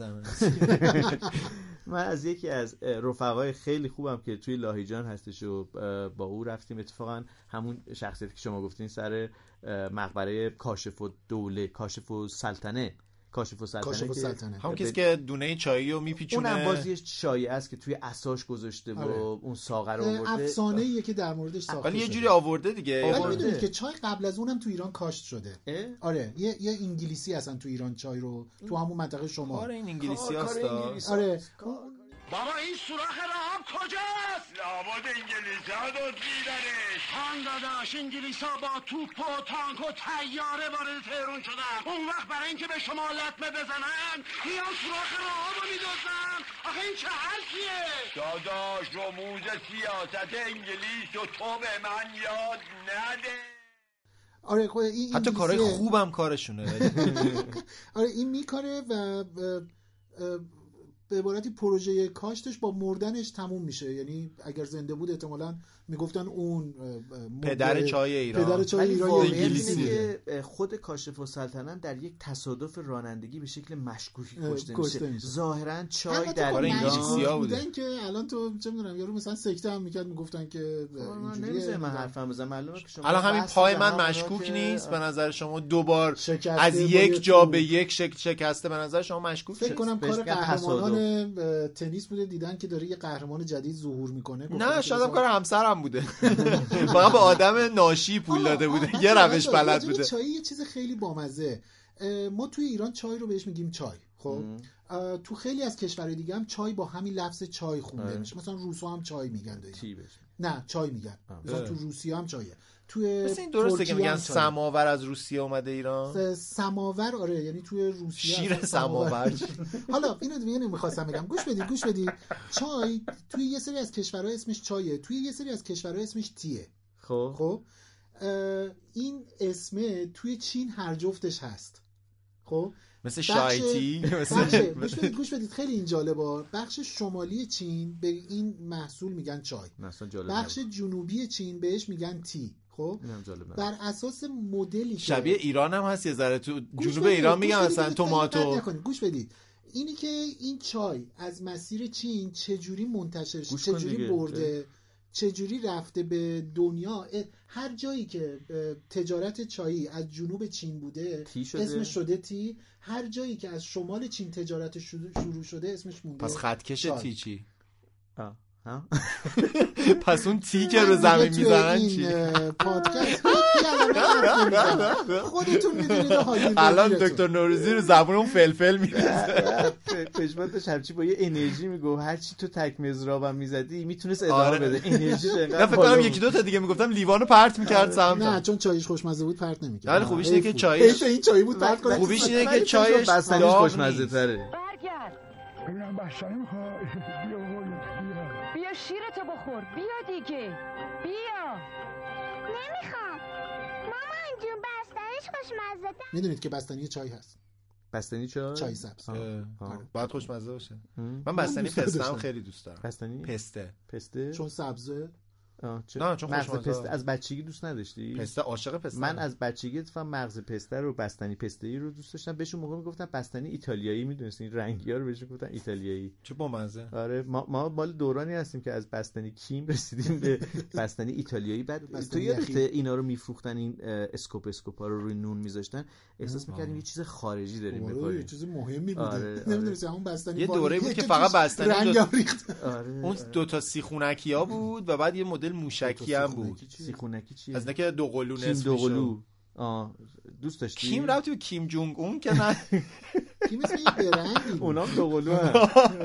Speaker 3: من از یکی از رفقای خیلی خوبم که توی لاهیجان هستش و با او رفتیم اتفاقا همون شخصیتی که شما گفتین سر مقبره کاشف الدوله، کاشف السلطنه کاشف السلطنه
Speaker 1: همون کسی که دونه چایی رو میپیچونه.
Speaker 3: اونم بازی شایعه است که توی عصاش گذاشته و
Speaker 2: آره.
Speaker 3: اون ساغر رو آورده.
Speaker 2: افسانه‌ایه که در موردش ساخته
Speaker 1: ولی یه جوری آورده دیگه.
Speaker 2: ولی میدونید که چای قبل از اونم تو ایران کاشت شده.
Speaker 3: اه؟
Speaker 2: آره یه یه انگلیسی هستن تو ایران چای رو تو همون منطقه شما.
Speaker 1: آره این انگلیسی هست.
Speaker 2: آره
Speaker 6: بابا این سوراخ راه کجاست؟ لابد انگلیسی ها دزدیدنش. خان داداش انگلیس ها با توپ و تانک و طیاره وارد تهران شدن. اون وقت برای اینکه به شما لطمه بزنن یا سوراخ راه رو میدوزن. آخه این چه حرفیه؟ داداش رموز سیاست انگلیس و تو به من یاد نده.
Speaker 2: آره خود این
Speaker 1: حتی کارهای خوبم کارشونه.
Speaker 2: آره این میکاره و به عبارتی پروژه کاشتش با مردنش تموم میشه. یعنی اگر زنده بود احتمالاً میگفتن اون
Speaker 1: پدر چای ایران.
Speaker 2: پدر چای ایران
Speaker 3: انگلیسی. خود کاشف السلطنه در یک تصادف رانندگی به شکل مشکوکی کشته میشه. ظاهرا چای در
Speaker 1: انگلیسی‌ها
Speaker 2: بودن که الان تو چه میدونم یارو مثلا سکته هم میکرد میگفتن که
Speaker 3: اینجوریه. من حرفم بزنم معلومه که شما
Speaker 1: الان همین پای من مشکوک نیست به نظر شما؟ دوبار از یک جا به یک شکل شکسته به نظر شما مشکوک؟
Speaker 2: فکر کنم کار قهرمانان تنیس بوده، دیدن که داره یه قهرمان جدید ظهور میکنه.
Speaker 1: نه شاید هم کار همسرم بوده. فقط به آدم ناشی پول داده بوده. یه روش بلد بوده.
Speaker 2: چای یه چیز خیلی بامزه. ما توی ایران چای رو بهش میگیم چای. خب تو خیلی از کشورهای دیگه هم چای با همین لفظ چای خونده میشه. مثلا روسا هم چای میگن. نه چای میگن. مثلا تو روسیه هم چایه. توی
Speaker 1: مثلا این درسته که میگن سماور از روسیه اومده ایران؟
Speaker 2: سماور آره، یعنی توی روسیه
Speaker 1: شیر سماور.
Speaker 2: حالا اینو دیگه نمیخواستم بگم. گوش بدید گوش بدید. چای توی یه سری از کشورها اسمش چایه، توی یه سری از کشورها اسمش تیه.
Speaker 3: خب
Speaker 2: خب این اسمه توی چین هر جفتش هست. خب
Speaker 1: مثل شایتی.
Speaker 2: گوش بدید گوش بدید خیلی این جالبه. بخش شمالی چین به این محصول میگن چای، بخش جنوبی چین بهش میگن تی. خب بر اساس مدلی
Speaker 1: شبیه ایران هم هست یه ذره. تو جنوب ایران میگن مثلا توماتو.
Speaker 2: گوش بدید اینی که این چای از مسیر چین چجوری منتشر شده، چجوری برده، چجوری رفته به دنیا. هر جایی که تجارت چایی از جنوب چین بوده اسمش شده تی. هر جایی که از شمال چین تجارت شروع شده اسمش مونده.
Speaker 1: پس خطکش تی چی؟
Speaker 3: آه. ها؟
Speaker 1: پس اون تی که رو زمین میزنن چی؟
Speaker 2: پادکست خودتون میدونید.
Speaker 1: الان دکتر نوروزی رو زبون اون فلفل میزنه.
Speaker 3: پشماتش هرچی با یه انرژی میگو، هرچی تو تک مزرابم میزدی میتونست ادامه بده. انرژیش انقدر
Speaker 1: فکر کنم یکی دو تا دیگه میگفتم لیوانو پرت میکرد سمت.
Speaker 2: نه چون چایش خوشمزه بود پرت نمیکرد.
Speaker 1: ولی خوبیش اینه که چایش
Speaker 2: این چایی بود پرت کنه.
Speaker 1: خوبیش اینه که چایش
Speaker 3: بستنیش خوشمزه تره.
Speaker 7: ببینم بستنی میخوای؟ بیا بیا
Speaker 8: بیا شیرتو بخور. بیا دیگه بیا.
Speaker 9: نمیخوام مامان جون، بستنیش خوشمزه تره.
Speaker 2: میدونید که بستنی چای هست.
Speaker 3: بستنی چای؟
Speaker 2: چای سبز.
Speaker 1: باید خوشمزه باشه. من بستنی پسته هم خیلی دوست دارم.
Speaker 3: بستنی
Speaker 1: پسته.
Speaker 3: پسته
Speaker 2: چون سبزه.
Speaker 1: نه چون
Speaker 3: مغز پسته از بچگی دوست نداشتی؟
Speaker 1: پسته عاشق پسته.
Speaker 3: من از بچگی اتفاقا مغز پسته رو بستنی پسته‌ای رو دوست داشتم. بهشون موقع میگفتن بستنی ایتالیایی، میدونستین رنگی‌ها رو بهشون گفتن ایتالیایی.
Speaker 1: چه بامزه.
Speaker 3: آره ما ما مال دورانی هستیم که از بستنی کیم رسیدیم به بستنی ایتالیایی. بعد تو یادته اینا رو میفروختن، این اسکوپ اسکوپا رو روی نون میذاشتن، احساس می‌کردیم یه چیز خارجی داریم می‌خوریم.
Speaker 2: یه چیز مهمی بوده. نمی‌دونستم اون بستنی
Speaker 1: یه دوره بود که فقط بستنی
Speaker 2: رنگم ریخت.
Speaker 1: اون دو تا سیخونکی‌ها بود و بعد یه مدل موشکی هم بود.
Speaker 3: سیخونکی چیه؟
Speaker 1: از اینکه دو قلو نصف میشه.
Speaker 3: دو قلو. آه دوست داشتی؟
Speaker 1: کیم رفتی به کیم جونگ اون که نه.
Speaker 2: کیم اسم یه برندی
Speaker 3: اونام دو قلو هم.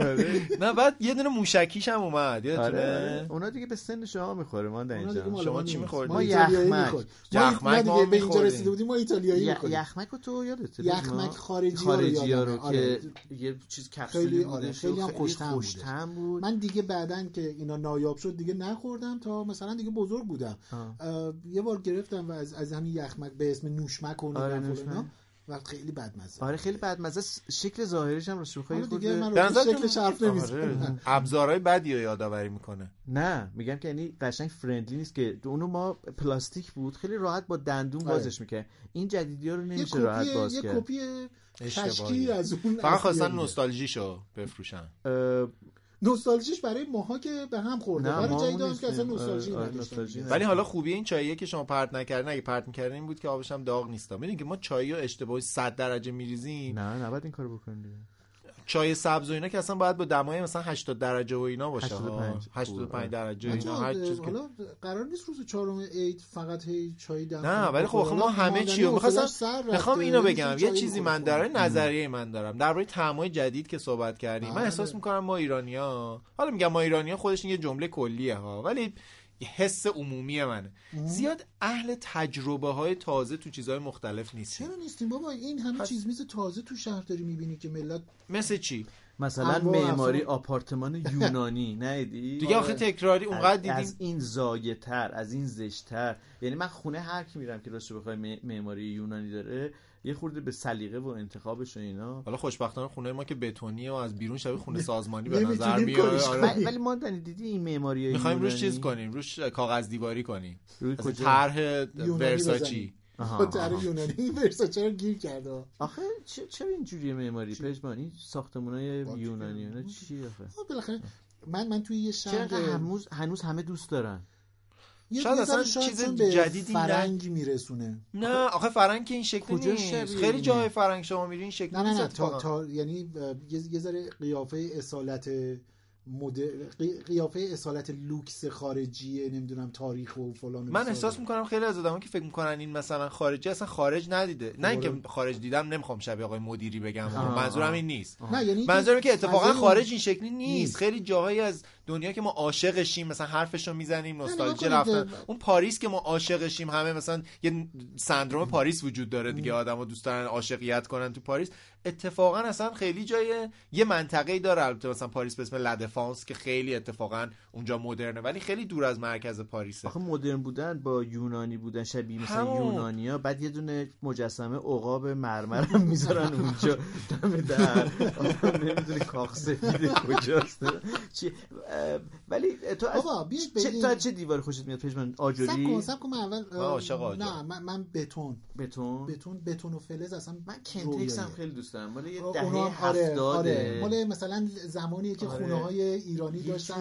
Speaker 1: نه بعد یه دونه موشکیش هم اومد.
Speaker 3: آره اونا دیگه به سن شما میخوره. ما در اینجا
Speaker 1: شما چی میخورید؟
Speaker 3: ما یخمک.
Speaker 2: یخمک ما به اینجا رسیده بودیم ما ایتالیایی میخوریم.
Speaker 3: یخمک رو تو یادته؟
Speaker 2: یخمک خارجی
Speaker 3: خارجی ها رو که یه چیز کپسولی
Speaker 2: بود، خیلی هم خوش‌طعم بود. من دیگه بعدن که اینا نایاب شد دیگه نخوردم تا مثلا دیگه بزرگ بودم. یه بار گرفتم و از از همین یخمک به اسم نوشمک و اینا و خیلی بدمزه.
Speaker 3: آره خیلی بدمزه. شکل ظاهرش هم راستش خیلی
Speaker 2: دیگه من رو شکلش حرف نمیزنم.
Speaker 1: ابزارهای بدی رو یادآوری میکنه.
Speaker 3: نه میگم که یعنی قشنگ فرندلی نیست که اونو ما پلاستیک بود خیلی راحت با دندون بازش میکنه. این جدیدی ها رو نمیشه راحت باز کرد.
Speaker 2: یه کپی کشکی از اون
Speaker 1: فقط خواستن نوستالژیشو بفروشن.
Speaker 2: نوستالژیش برای ماها که به هم خورده، برای جدیدان که اصلا نوستالژی نداشتن.
Speaker 1: ولی حالا خوبی این چاییه که شما پرت نکردین، اگه پرت می‌کردین این بود که آبش هم داغ نیستا. میدونین که ما چای رو اشتباهی صد درجه میریزیم.
Speaker 3: نه نباید این کارو بکنید.
Speaker 1: چای سبز و اینا که اصلا باید با دمای مثلا هشتاد درجه و اینا باشه. هشتاد و پنج درجه اینا هر چیز که
Speaker 2: حالا قرار نیست روز چهارم عید فقط هی چای دم.
Speaker 1: نه ولی خب ما همه چی رو می‌خواستم میخوام اینو بگم. یه چیزی من داره نظریه من دارم درباره طعمای جدید که صحبت کردیم. من احساس می‌کنم ما ایرانی‌ها، حالا میگم ما ایرانی‌ها خودش یه جمله کلیه ها، ولی حس عمومی منه زیاد اهل تجربه های تازه تو چیزهای مختلف نیستیم.
Speaker 2: چرا نیستیم بابا؟ این همه چیز میز تازه تو شهر داری میبینی که ملت
Speaker 1: مثل چی؟
Speaker 3: مثلا معماری آپارتمان یونانی ندیدی؟
Speaker 1: دیگه آخه تکراری اونقدر دیدیم
Speaker 3: از این زایدتر از این زشت‌تر. یعنی من خونه هر کی میرم که راستش بخوای معماری یونانی داره یه خورده به سلیقه و انتخابش و اینا.
Speaker 1: حالا خوشبختانه خونه ما که بتونیه و از بیرون شبیه خونه سازمانی به نظر میاد.
Speaker 3: ولی ما دیدی این معماری یونانی
Speaker 1: می‌خوایم روش چیز کنیم، روش کاغذ دیواری کنیم. روی کجا؟ طرح ورساچی.
Speaker 2: با طرح یونانی ورساچی رو گیر کرده.
Speaker 3: آخه چرا اینجوریه معماری پژمان؟ این ساختمانای یونانی اینا چیه آخه؟
Speaker 2: بالاخره من من توی یه شهر
Speaker 3: هنوز هنوز همه دوست دارن.
Speaker 1: شاید اصلا چیز جدیدی
Speaker 2: فرنگ میرسونه.
Speaker 1: نه آخه فرنگ که این شکلی نیست. خیلی جای فرنگ شما میرین این شکلی
Speaker 2: نه نه نه تا, تا یعنی یه ذره قیافه اصالت مد... قیافه اصالت لوکس خارجیه، نمیدونم تاریخ و فلان.
Speaker 1: من احساس میکنم خیلی از آدما که فکر میکنن این مثلا خارجی اصلا خارج ندیده. نه اینکه خارج دیدم نمیخوام شبیه آقای مدیری بگم، منظورم این نیست.
Speaker 2: نه یعنی
Speaker 1: منظورم که اتفاقا خارج این شکلی نیست. نیست. خیلی جاهایی از دنیا که ما عاشقشیم مثلا حرفشو میزنیم نوستالژی رفتن. اون پاریس که ما عاشقشیم همه مثلا یه سندروم پاریس وجود داره دیگه، آدما دوست دارن عاشقیت کنن تو پاریس. اتفاقا اصلا خیلی جای یه منطقه‌ای داره البته مثلا پاریس به اسم لدفانس که خیلی اتفاقا اونجا مدرنه ولی خیلی دور از مرکز پاریسه.
Speaker 3: آخه مدرن بودن با یونانی بودن شبیه مثلا یونانیا، بعد یه دونه مجسمه عقاب مرمر هم میذارن اونجا دم در، نمیدونی کاخ سفید کجاست چی. ولی تو
Speaker 2: بابا
Speaker 3: چه تا چه دیوار خوشت میاد پژمان؟ آجوری؟
Speaker 2: سب کن سب کن من اول
Speaker 1: عاشق آجر.
Speaker 2: نه من من بتون
Speaker 3: بتون
Speaker 2: بتون بتون و فلز اصلا
Speaker 3: من کنتکس هم خیلی دوست دارم. مال یه دهه
Speaker 2: آره
Speaker 3: هفتاد
Speaker 2: آره مال مثلا زمانیه که
Speaker 3: آره.
Speaker 2: خونه‌های ایرانی داشتن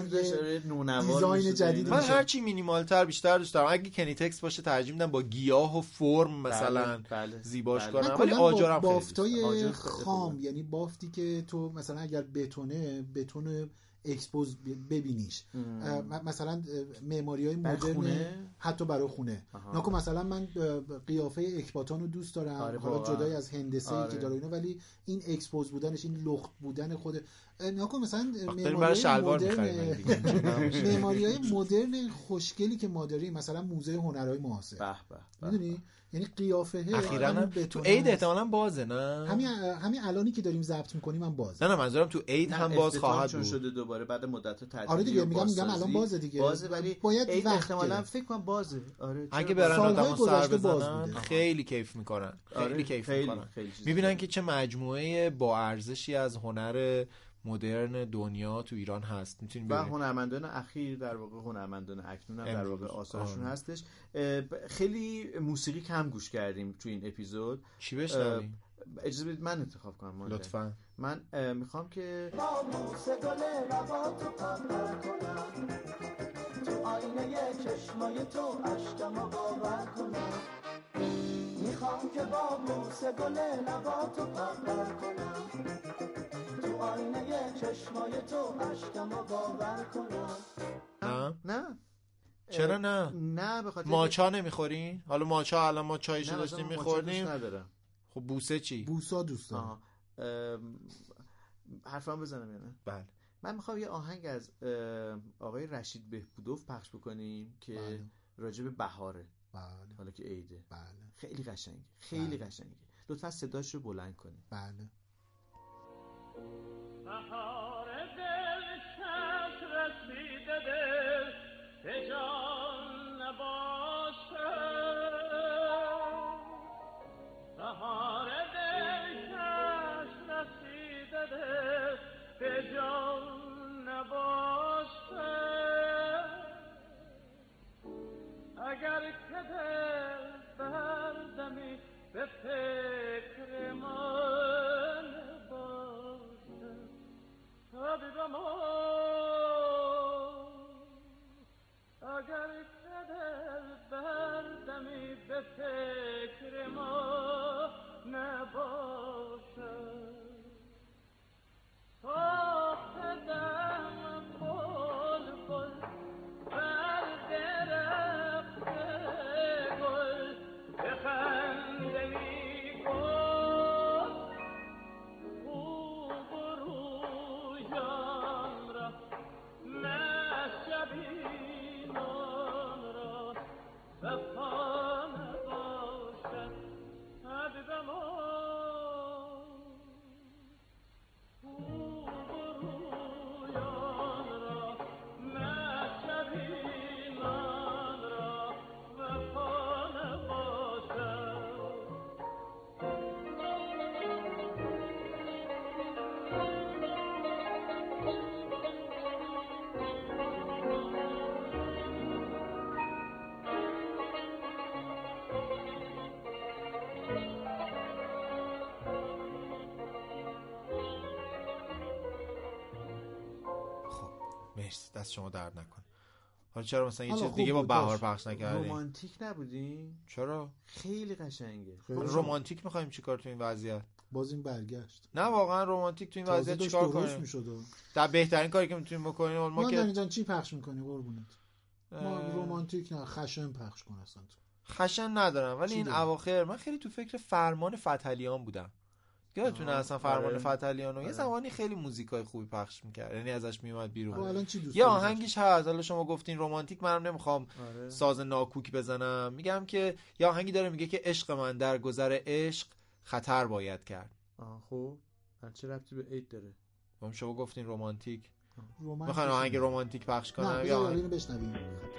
Speaker 3: دیزاین
Speaker 2: جدید.
Speaker 1: من هر چی مینیمال‌تر بیشتر دوست دارم. اگه کنیتکس باشه ترجیح میدم با گیاه و فرم مثلا بله. بله. زیباش
Speaker 2: بله.
Speaker 1: کنم. ولی آجرم خیلی
Speaker 2: بافتای خام، یعنی بافتی که تو مثلا اگر بتونه بتونه اکسپوز ببینیش م- مثلا معماری‌های مدرن حتی برای خونه ناکو مثلا من قیافه اکباتان رو دوست دارم. آره حالا جدای از هندسه آره. که داره اینا، ولی این اکسپوز بودنش، این لخت بودن خود ناکو مثلا معماری‌های مدرن معماری‌های مدرن خوشگلی که ما داریم، مثلا موزه هنرهای معاصر
Speaker 3: به به
Speaker 2: میدونی، یعنی قیافه
Speaker 1: اخیراً تو عید احتمالاً بازه نه
Speaker 2: همین همین الانی که داریم ضبط می‌کنیم هم بازه.
Speaker 1: نه نه منظورم تو عید هم باز خواهد بود.
Speaker 3: شده دوباره بعد مدت تعطیلی.
Speaker 2: آره دیگه میگم میگم الان بازه دیگه.
Speaker 3: بازه ولی
Speaker 2: باید
Speaker 3: عید احتمالاً فکر کنم بازه. آره
Speaker 1: اگه برن آدم‌ها سر بزنن خیلی کیف می‌کنن. خیلی
Speaker 3: آره
Speaker 1: کیف می‌کنن. می‌بینن که چه مجموعه با ارزشی از هنر مدرن دنیا تو ایران هست. میتونیم
Speaker 3: و هنرمندان اخیر در واقع هنرمندان اکنون هم در واقع آثارشون
Speaker 1: آه.
Speaker 3: هستش. خیلی موسیقی کم گوش کردیم تو این اپیزود.
Speaker 1: چی بشنویم؟
Speaker 3: اجازه بدید من انتخاب کنم.
Speaker 1: لطفاً.
Speaker 3: من میخوام که
Speaker 4: با بوسه گل لباتو پاپر کنم، تو آینه چشمای تو عشقمو باور کنم. میخوام که با بوسه گل لباتو پاپر کنم، تو آینه چشمای تو عشقمو باور کنم.
Speaker 1: نه
Speaker 3: نه
Speaker 1: چرا نه؟
Speaker 3: نه به خاطر
Speaker 1: ماچا نمیخورین؟ حالا ماچا الان ما چایشو داشتیم میخوردیم. خب بوسه چی؟
Speaker 2: بوسا دوست دارم.
Speaker 3: حرفم بزنم یا نه؟
Speaker 1: بله.
Speaker 3: من میخوام یه آهنگ از آقای رشید بهبودوف پخش بکنیم که بله. راجع به بهاره.
Speaker 2: بله.
Speaker 3: حالا که عیده.
Speaker 2: بله.
Speaker 3: خیلی قشنگه. خیلی
Speaker 2: بله.
Speaker 3: قشنگه. لطفا صداش رو بلند کنیم.
Speaker 2: بله.
Speaker 10: بهار دل کش رسیده دل به جان نباشه، بهار دل کش رسیده دل به جان نباشه، اگر که دل بردمی به فکر من باشه، حبیبم اگر که دل بردمی به فکر ما نباشه، آفتدم بل بل بر درخت گل بخنده ای گل، او برویم را نه شبینان را وفا نباشد، حبیبم
Speaker 1: دست شما درد نکنه. حالا چرا مثلا یه چیز دیگه با بهار پخش نکردین؟
Speaker 3: رومانتیک نبودین؟
Speaker 1: چرا؟
Speaker 3: خیلی قشنگه.
Speaker 1: رومانتیک می‌خوایم چیکار تو این وضعیت؟
Speaker 2: باز این برگشت.
Speaker 1: نه واقعا رومانتیک تو این وضعیت چیکار کنیم؟ در بهترین کاری که میتونیم بکنیم ما,
Speaker 2: ما
Speaker 1: که
Speaker 2: اینجا چی پخش می‌کنی قربونت؟ ما رومانتیک نه، خشن پخش کن اصلا.
Speaker 1: خشن ندارم ولی این اواخر من خیلی تو فکر فرمان فتحعلیان بودم. یادتونه اصلا فرمان فتحعلیانو یه زمانی خیلی موزیکای خوبی پخش می‌کرد، یعنی ازش میومد بیرون.
Speaker 2: یه
Speaker 1: آهنگش هست، حالا شما گفتین رمانتیک، منم نمیخوام آره. ساز ناکوک بزنم، میگم که یه آهنگی داره میگه که عشق من در گذر عشق خطر باید کرد.
Speaker 3: آه خب چه ربطی به عید داره؟
Speaker 1: شما شما گفتین رمانتیک. میخوان آهنگ رمانتیک پخش کنم
Speaker 2: یا اینو بشنویم؟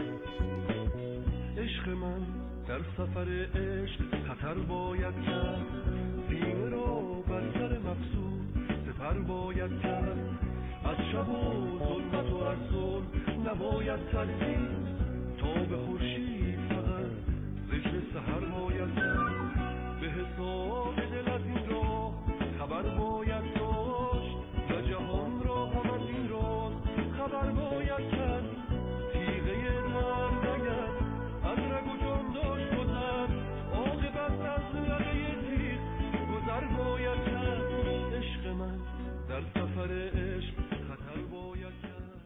Speaker 5: عشق من در سفر عشق خطر باید کرد، سینه را بر سر مقصود سپر باید کرد، از شب و ظلمت و از ظلم نباید ترسید، تا به خورشید فقط ذکر سحر باید کرد، به حساب دل از این راه خبر باید داشت، و جهان را هم از این راه خبر باید کرد، تیغه مرد اگر از رگ و جان داشت گذر، عاقبت از لبه تیغ گذر باید کرد، عشق من در سفر عشق خطر باید کرد.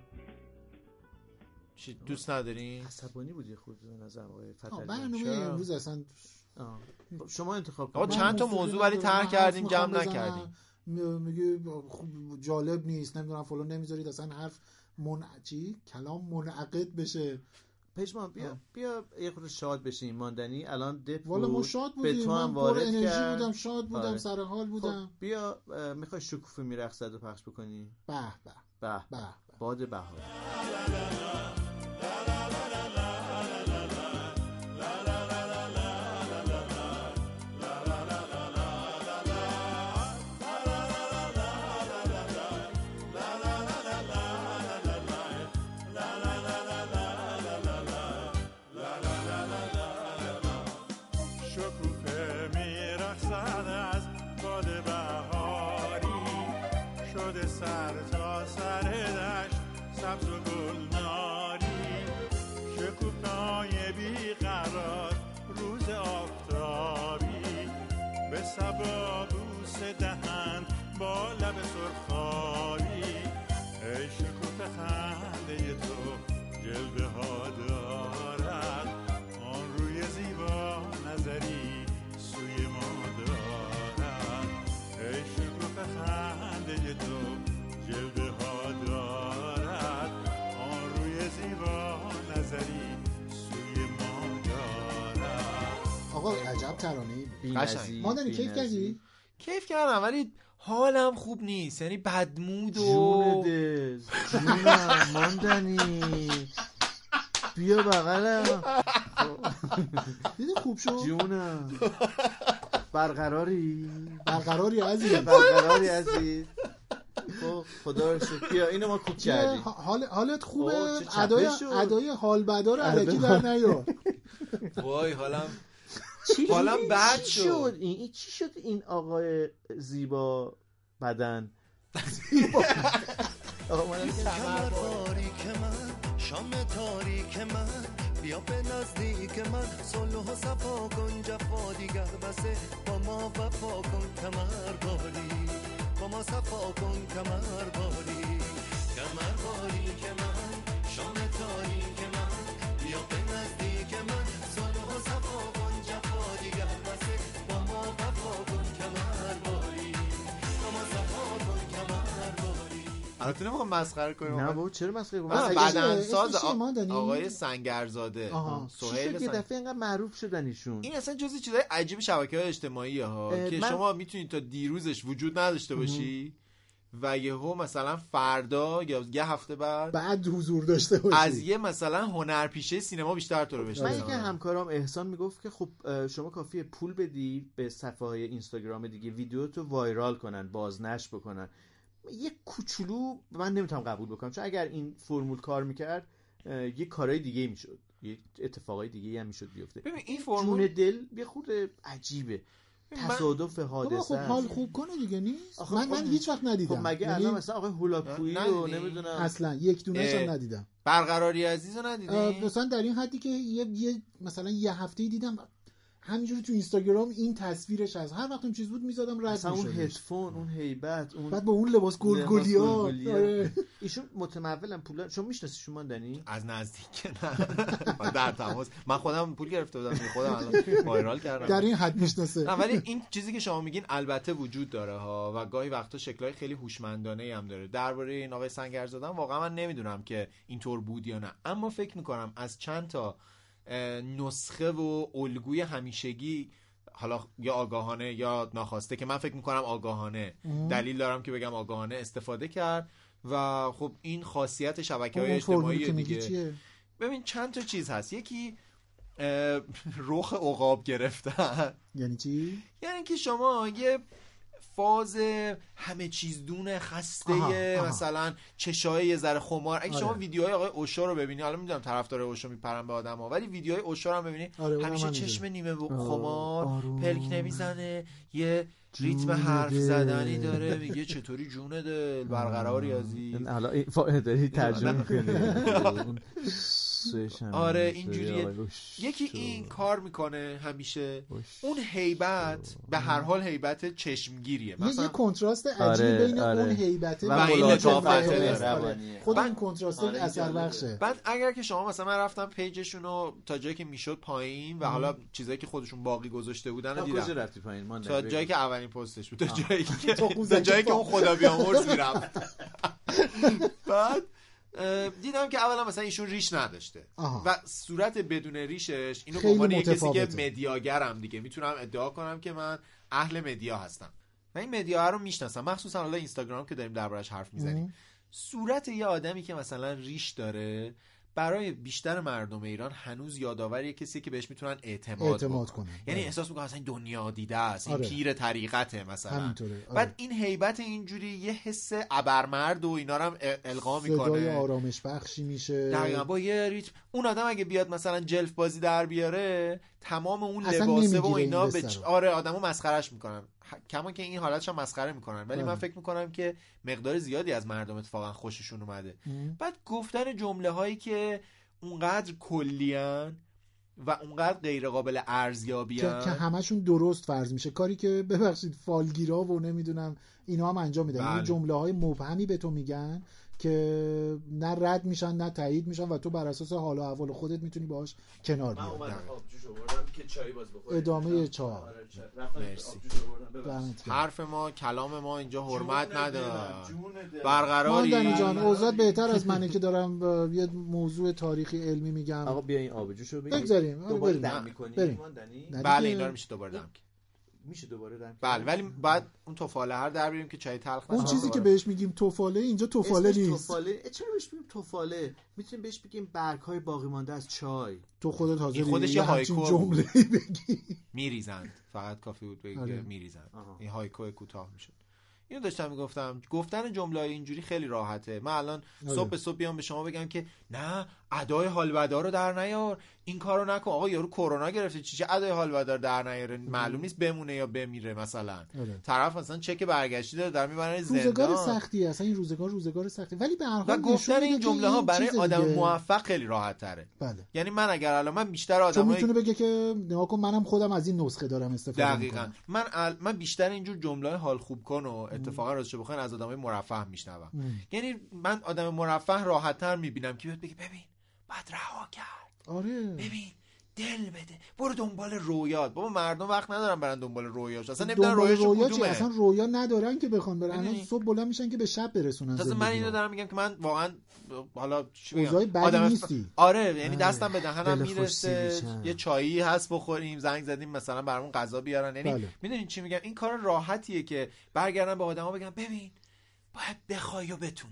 Speaker 1: چی دوست ندارین؟
Speaker 3: عصبانی بودی خود به نظر آقای فتحعلی.
Speaker 2: برنامه امروز اصلا
Speaker 3: شما انتخاب
Speaker 1: کنید. چند تا موضوع ولی طرح کردیم جمع نکردیم.
Speaker 2: میگه جالب نیست، نمیدونم فلان نمیذارید اصلا حرف منعچی کلام منعقد بشه.
Speaker 3: پژمان بیا آه. بیا یه خورده شاد بشیم. ماندنی الان دپ بود.
Speaker 2: والا ما شاد بودیم، من پر انرژی بودم، شاد بودم، آره. سر حال بودم.
Speaker 3: خب بیا میخوای شکوفه میرقصد و پخش بکنی؟
Speaker 2: به به
Speaker 3: به به باد بهار.
Speaker 11: سبز و گلناری، شکوفه‌های بیقرار روز آفتابی، به صبا بوسه دهن با لب سرخابی. ای شکوفه خنده تو جلوه ها دارد، آن روی زیبا نظری سوی ما دارد. ای شکوفه خنده تو جلوه ها دارد، آن روی زیبا نظری سوی ما دارد.
Speaker 2: آقا عجب ترانه‌ای.
Speaker 1: قشنگ.
Speaker 2: ماندنی کیف کردی؟
Speaker 1: کیف کردم ولی حالم خوب نیست، یعنی بدمود و
Speaker 3: جون دل جونم ماندنی بیا بغلم.
Speaker 2: دیدی خوب شد؟
Speaker 3: جونم برقراری
Speaker 2: برقراری عزیز
Speaker 3: برقراری عزیز. خب خدا رو شکر. بیا اینو ما کوک کردیم.
Speaker 2: حال حالت خوبه؟
Speaker 3: اوه، چه
Speaker 2: ادای
Speaker 3: چپه شد.
Speaker 2: ادای حال بدار الکی در نیار.
Speaker 1: وای حالم
Speaker 3: چی
Speaker 1: حالم
Speaker 3: این
Speaker 1: بد
Speaker 3: چی
Speaker 1: شد.
Speaker 3: این این چی شد این آقای زیبا بدن زیبا آقا من
Speaker 4: کمر باریک من، شام تاریک من، بیا به نزدیک من، صلح و صفا کن، جفا دیگر بسه، با ما وفا کن. کمر باری با ما صفا کن، کمر باری کمر باریک من، شام تاریک من، بیا به نزدیک من، صلح و صفا کن، جفا دیگر بسه، با ما وفا کن. کمر باری با ما صفا کن، کمر باری.
Speaker 1: البته نمیخوام مسخره کنیم.
Speaker 3: نه بابا چرا مسخره کنم؟
Speaker 1: نه بدنساز
Speaker 2: اسمش چیه ماندنی؟
Speaker 1: آقای سنگرزاده
Speaker 3: سهیل یه دفعه اینقدر معروف شدن ایشون.
Speaker 1: این اصلا جزئی چیزای عجیب شبکه‌های اجتماعی ها که
Speaker 3: من...
Speaker 1: شما میتونید تا دیروزش وجود نداشته باشی و یهو مثلا فردا یا یه هفته بعد
Speaker 2: بعد حضور داشته باشی،
Speaker 1: از یه مثلا هنرپیشه سینما بیشتر تو رو بشناسن.
Speaker 3: من یکی همکارام احسان میگفت که خب شما کافیه پول بدی به صفحه های اینستاگرام دیگه، ویدیوتو وایرال کنن، بازنشر بکنن. یه کوچولو من نمیتونم قبول بکنم، چون اگر این فرمول کار میکرد یه کارهای دیگه میشد، یه اتفاقای دیگه هم میشد بیفته.
Speaker 1: ببین این فرمول
Speaker 3: جون دل یه خورده عجیبه، تصادف حادثه.
Speaker 2: خب حال خوب کنه دیگه نیست. من من هیچ وقت ندیدم.
Speaker 3: خب مگه الان مثلا آقای هولاکویی رو نمیدونم
Speaker 2: اصلا یک دونه‌ش هم ندیدم.
Speaker 1: برقراری عزیزو ندیدی؟
Speaker 2: مثلا در این حدی که یه, یه مثلا یه هفته دیدم همینجوری تو اینستاگرام این تصویرش از هر وقت اون چیز بود میزدم رد میشد.
Speaker 3: اون هدفون، اون هیبت، اون
Speaker 2: بعد با اون لباس گلگلیا.
Speaker 3: ایشون متمولن پول. شما میشناسیشون ماندنی؟
Speaker 1: از نزدیک نه. در تماس من خودم پول گرفته بودم، خودم الان وایرال کردم.
Speaker 2: در این حد میشناسه.
Speaker 1: نه ولی این چیزی که شما میگین البته وجود داره ها و گاهی وقتا شکل‌های خیلی هوشمندانه هم داره. درباره این آقای سنگرزاده واقعا من نمیدونم که اینطور بود یا نه، اما فکر میکنم از چند تا نسخه و الگوی همیشگی، حالا یا آگاهانه یا ناخواسته، که من فکر میکنم آگاهانه، دلیل دارم که بگم آگاهانه استفاده کرد و خب این خاصیت شبکه‌های اجتماعی دیگه. ببین چند تا چیز هست. یکی رخ عقاب گرفتن.
Speaker 2: یعنی چی؟
Speaker 1: یعنی که شما یه فاز همه چیز دونه خسته آها، آها. مثلا چشای یه ذره خمار. اگه آره. شما ویدیوهای آقای اوشا رو ببینی، حالا میدونم طرفدار اوشا میپرن به آدم‌ها، ولی ویدیوهای اوشا رو هم ببینی آره همیشه چشم نیمه خمار، پلک نمیزنه، یه ریتم حرف زدنی داره، میگه چطوری جون دل برقراری عزیز.
Speaker 3: حالا این داری ترجمه می‌کنی.
Speaker 1: آره اینجوریه. یکی این کار میکنه همیشه. اون هیبت به هر حال هیبت چشمگیریه، مثلا
Speaker 2: یه کنتراست عجیب آره، بین آره. اون هیبت
Speaker 1: و این لطافت
Speaker 2: خود این کنتراست آره اثر بخشه.
Speaker 1: بعد اگر که شما مثلا من رفتم پیجشون رو تا جایی که میشد پایین و حالا چیزایی که خودشون باقی گذاشته بودن رو دیدم.
Speaker 3: کجا رفتی پایین؟ من
Speaker 1: تا جایی که اولین پستش بود، تا جایی که تا جایی که اون خدا بیامرز میرفت. بعد دیدم که اولا مثلا ایشون ریش نداشته آها. و صورت بدون ریشش اینو به عنوان کسی که مدیاگرم دیگه میتونم ادعا کنم که من اهل مدیا هستم و این مدیا رو میشناسم، مخصوصا حالا اینستاگرام که داریم دربارش حرف میزنیم. صورت یه آدمی که مثلا ریش داره برای بیشتر مردم ایران هنوز یادآوری کسی که بهش میتونن اعتماد, اعتماد کنن. یعنی احساس میکنن مثلا دنیا دیده است، این آره. پیر طریقته مثلا. آره. بعد این هیبت اینجوری یه حس ابرمرد و اینا رو هم القا میکنه،
Speaker 2: صدای آرامش بخشی میشه
Speaker 1: دقیقاً با یه ریتم. اون آدم اگه بیاد مثلا جلف بازی در بیاره تمام اون لباسه و اینا به چ... آره آدمو مسخرهش میکنن، کما که این حالتش هم مسخره میکنن، ولی من فکر میکنم که مقدار زیادی از مردم اتفاقا خوششون اومده. ام. بعد گفتن جمله هایی که اونقدر کلیان و اونقدر غیر قابل ارزیابیان
Speaker 2: که همشون درست فرض میشه، کاری که ببخشید فالگیرا و نمیدونم اینا هم انجام میدن. این جمله های مبهمی به تو میگن که نه رد میشن نه تایید میشن و تو بر اساس حال و احوال خودت میتونی باهاش کنار بیای.
Speaker 3: من اومدم آبجوش آوردم که چای باز بخوریم.
Speaker 2: ادامه چای.
Speaker 1: مرسی. حرف ما کلام ما اینجا حرمت نداره. برقراری.
Speaker 2: ماندنی جان اوضاع بهتر از منه که دارم یه موضوع تاریخی علمی میگم.
Speaker 3: آقا بیا این آبجوشو بگیر.
Speaker 2: بگذاریم.
Speaker 3: دوباره دم می‌کنی ماندنی؟
Speaker 1: بله اینا رو میشه دوباره دم کنیم.
Speaker 3: میشه دوباره دم.
Speaker 1: بله ولی بعد اون توفاله هر در بیاریم که چای تلخ نشه.
Speaker 2: اون چیزی که بهش میگیم توفاله اینجا توفاله نیست.
Speaker 3: توفاله چرا بهش میگیم توفاله؟ میتونیم بهش بگیم برگ‌های باقی مانده از چای.
Speaker 2: تو خودت حاضری
Speaker 1: خودش یه هایکو
Speaker 2: جمله بگی؟
Speaker 1: میریزند، فقط کافی بود بگی میریزند. این هایکو کوتاه میشد. اینو داشتم میگفتم گفتن جمله‌های اینجوری خیلی راحته. من الان صبح به صبح بیام به شما بگم که نه ادای حال بدا رو در نیار، این کارو نکن، آقا یارو کرونا گرفته چیه ادای حال بدا در نیاره، معلوم نیست بمونه یا بمیره مثلا. آره. طرف مثلا چک برگشتی داره در میبره زندان.
Speaker 2: روزگار سختی اصلا این روزگار روزگار سختی، ولی به هر حال
Speaker 1: گفتن این جمله ها برای آدم دیگه. موفق خیلی راحت تره.
Speaker 2: بله.
Speaker 1: یعنی من اگر الان من بیشتر آدمای
Speaker 2: میتونه بگه که نگاه کن منم خودم از این نسخه دارم استفاده میکنم.
Speaker 1: دقیقاً. من ال... من بیشتر اینجور جمله حال خوب کن و اتفاقا راستش بخواین از آدمای مرفه میشنوم. یعنی من آدم مرفه راحت‌تر میبینم که بگه ببین بعد رها کرد.
Speaker 2: آره.
Speaker 1: ببین دل بده برو دنبال رویات. بابا مردم وقت ندارن برن دنبال رویاش، اصلا نمیدونن رویاشو کدومه،
Speaker 2: اصلا رویا ندارن که بخوان برن، الان صبح بلند میشن که به شب برسونن.
Speaker 1: اصلا من اینو دارم میگم که من واقعا حالا چی بگم
Speaker 2: آدم نیستی.
Speaker 1: آره یعنی دستم به دهنم میرسه یه چایی هست بخوریم، زنگ زدیم مثلا برامون غذا بیارن، یعنی بله. میدونین چی میگم، این کار راحتیه که برگردن به آدما بگم ببین باید بخوای و بتونی.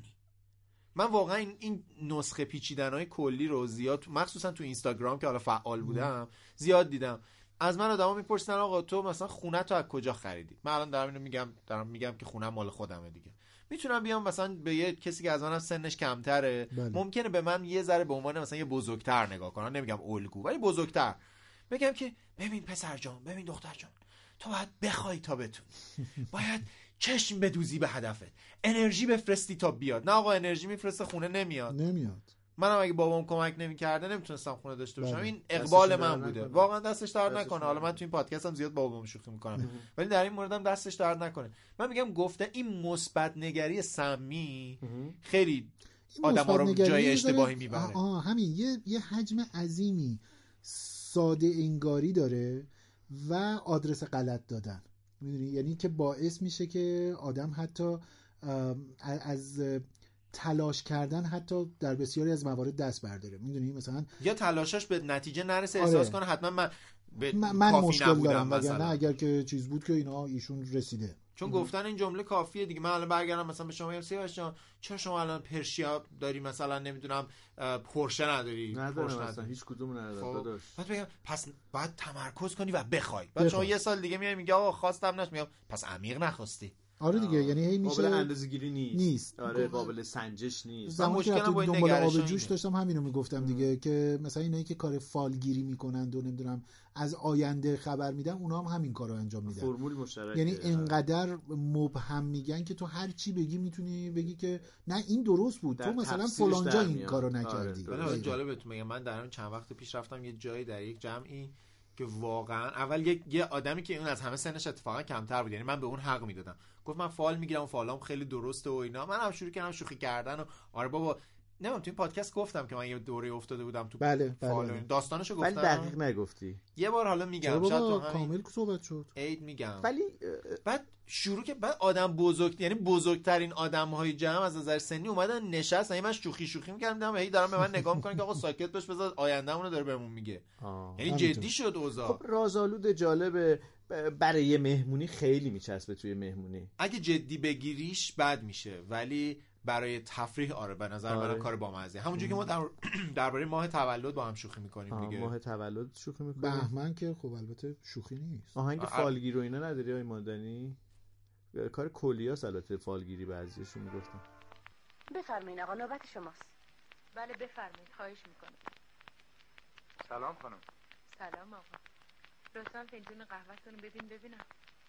Speaker 1: من واقعا این, این نسخه پیچیدن‌های کلی رو زیاد مخصوصا تو اینستاگرام که حالا فعال بودم زیاد دیدم. از من آدما میپرسن آقا تو مثلا خونه تو از کجا خریدی؟ من الان دارم اینو میگم دارم میگم که خونه مال خودمه دیگه. میتونم بیام مثلا به یه کسی که از منم سنش کمتره بله. ممکنه به من یه ذره به عنوان مثلا یه بزرگتر نگاه کنه، نمیگم الگو ولی بزرگتر، بگم که ببین پسر جان ببین دختر جان تو باید بخوای تا بتونی، باید چشم بدوزی به هدفت، انرژی بفرستی تا بیاد. نه آقا انرژی میفرسته خونه نمیاد
Speaker 2: نمیاد.
Speaker 1: منم اگه بابام کمک نمیکرده نمیتونستم خونه داشته باشم. این اقبال من بوده نکنه. واقعا دستش درد نکنه. حالا من تو این پادکست هم زیاد بابام شوخی میکنم ولی در این موردم دستش درد نکنه. من میگم گفته این مثبت نگری سمی خیلی آدما رو جای اشتباهی میبره.
Speaker 2: آه همین یه یه حجم عظیمی ساده انگاری داره و آدرس غلط دادن، میدونی، یعنی که باعث میشه که آدم حتی از تلاش کردن حتی در بسیاری از موارد دست برداره، میدونی، مثلا
Speaker 1: یا تلاشش به نتیجه نرسه. آره. احساس کنه حتما من به
Speaker 2: من مشکل دارم مثلا، نه اگر که چیز بود که اینا ایشون رسیده.
Speaker 1: چون گفتن این جمله کافیه دیگه. من الان برگردم مثلا به شما میگم سیاوش جان چرا شما الان پرشیا داری مثلا نمیدونم پورشه نداری؟
Speaker 3: ندارم اصلا هیچ کدوم ندارم داداش.
Speaker 1: بعد بگم پس باید تمرکز کنی و بخوای. بعد شما یه سال دیگه میای میگه آقا خواستم نش، میگم پس عمیق نخواستی.
Speaker 2: آره دیگه، یعنی هی میشه
Speaker 3: قابل اندازه‌گیری نیست.
Speaker 2: نیست.
Speaker 3: آره قابل سنجش نیست.
Speaker 2: من مشکلم با این نگرش آب جوش داشتم همینو میگفتم دیگه که مثلا اینایی که کار فالگیری میکنند و نمیدونم از آینده خبر میدن اونا هم همین کارو انجام میدن.
Speaker 3: فرمول مشترک.
Speaker 2: یعنی اینقدر مبهم میگن که تو هر چی بگی میتونی بگی که نه این درست بود، تو مثلا فلان جا این کارو نکردی.
Speaker 1: آره جالبه میگم من در همین چند وقت پیش رفتم یه جایی در یک جمعی که واقعا اول یک یه آدمی که اون از همه سنش اتفاقا کمتر بود، یعنی من به اون حق میدادم، گفت من فال میگیرم و فالام خیلی درسته و اینا. من هم شروع کردم شوخی کردن و آره بابا نمیدونم تو این پادکست گفتم که من یه دوره افتاده بودم تو
Speaker 2: بله
Speaker 1: فال
Speaker 2: بله.
Speaker 1: داستانشو گفتم
Speaker 3: ولی دقیق نگفتی.
Speaker 1: یه بار حالا میگم شاید تو همین
Speaker 2: کامل صحبت شد
Speaker 1: عید میگم.
Speaker 3: ولی
Speaker 1: بعد شروع که بعد آدم بزرگ یعنی بزرگترین آدم‌های جمع از نظر سنی اومدن نشست، یعنی من شوخی شوخی می‌کردم هی دارم به من نگاه می‌کنن که آقا ساکت باش بذار آیندهمونو داره بهمون میگه. یعنی جدی شد اوضاع.
Speaker 3: خب رازآلود جالب برای مهمونی خیلی میچسبه توی مهمونی.
Speaker 1: اگه جدی بگیریش بد میشه ولی برای تفریح آره به نظر آره. من کار بامزه. همونجوری که ما در درباره ماه تولد با هم شوخی می‌کنیم دیگه.
Speaker 3: ماه تولد شوخی می‌کنیم.
Speaker 2: بهمن که خب البته شوخی نیست.
Speaker 3: آهنگ فالگیر و اینا نداری آقای ماندنی؟ کار کلیاس البته فالگیری بعضیشون میگفتن.
Speaker 8: بفرمایید آقا نوبت شماست. بله بفرمایید خواهش میکنم.
Speaker 12: سلام خانم.
Speaker 8: سلام آقا. لطفاً فنجون قهوه‌تون رو بدین ببینم.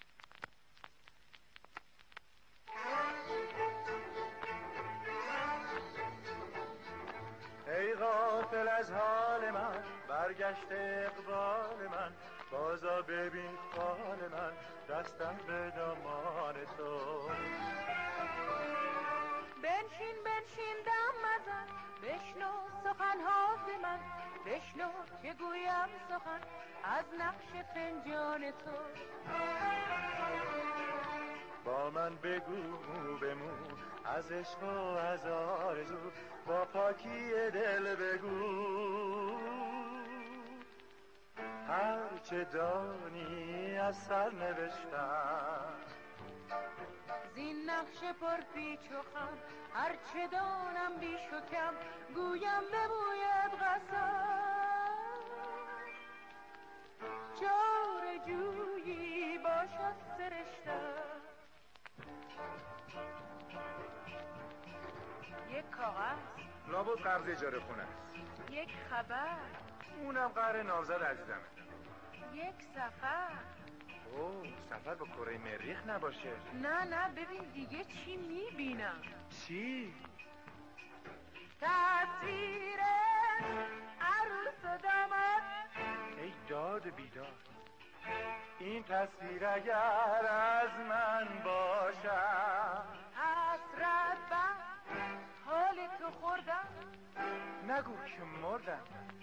Speaker 11: ای غافل از حال من، برگشت اقبال من، بازا ببین حال من، دستم به دامان تو.
Speaker 8: بنشین بنشین دم مزن، بشنو سخن‌های من، بشنو که گویم سخن از نقش فنجان تو.
Speaker 11: با من بگو بمو از عشق و از آرزو، با پاکی دل بگو هر چه دانی از سر نوشتم.
Speaker 8: زین نقش پر پیچ و خم هر چه دانم بیش و کم گویم ببوید قسم. چاره جویی باشد سرشتم. یک کاغذ،
Speaker 12: لابد قرض اجاره خونه است.
Speaker 8: یک خبر،
Speaker 12: اونم قهر نامزد عزیزمه.
Speaker 8: یک سفر.
Speaker 12: اوه سفر با کره مریخ نباشه.
Speaker 8: نه نه ببین دیگه چی میبینم.
Speaker 12: چی؟
Speaker 8: تصویر عروس و داماد.
Speaker 11: ای داد بیداد، این تصویر اگر از من باشد،
Speaker 8: حسرت بر حال تو خوردم.
Speaker 11: نگو که مردم.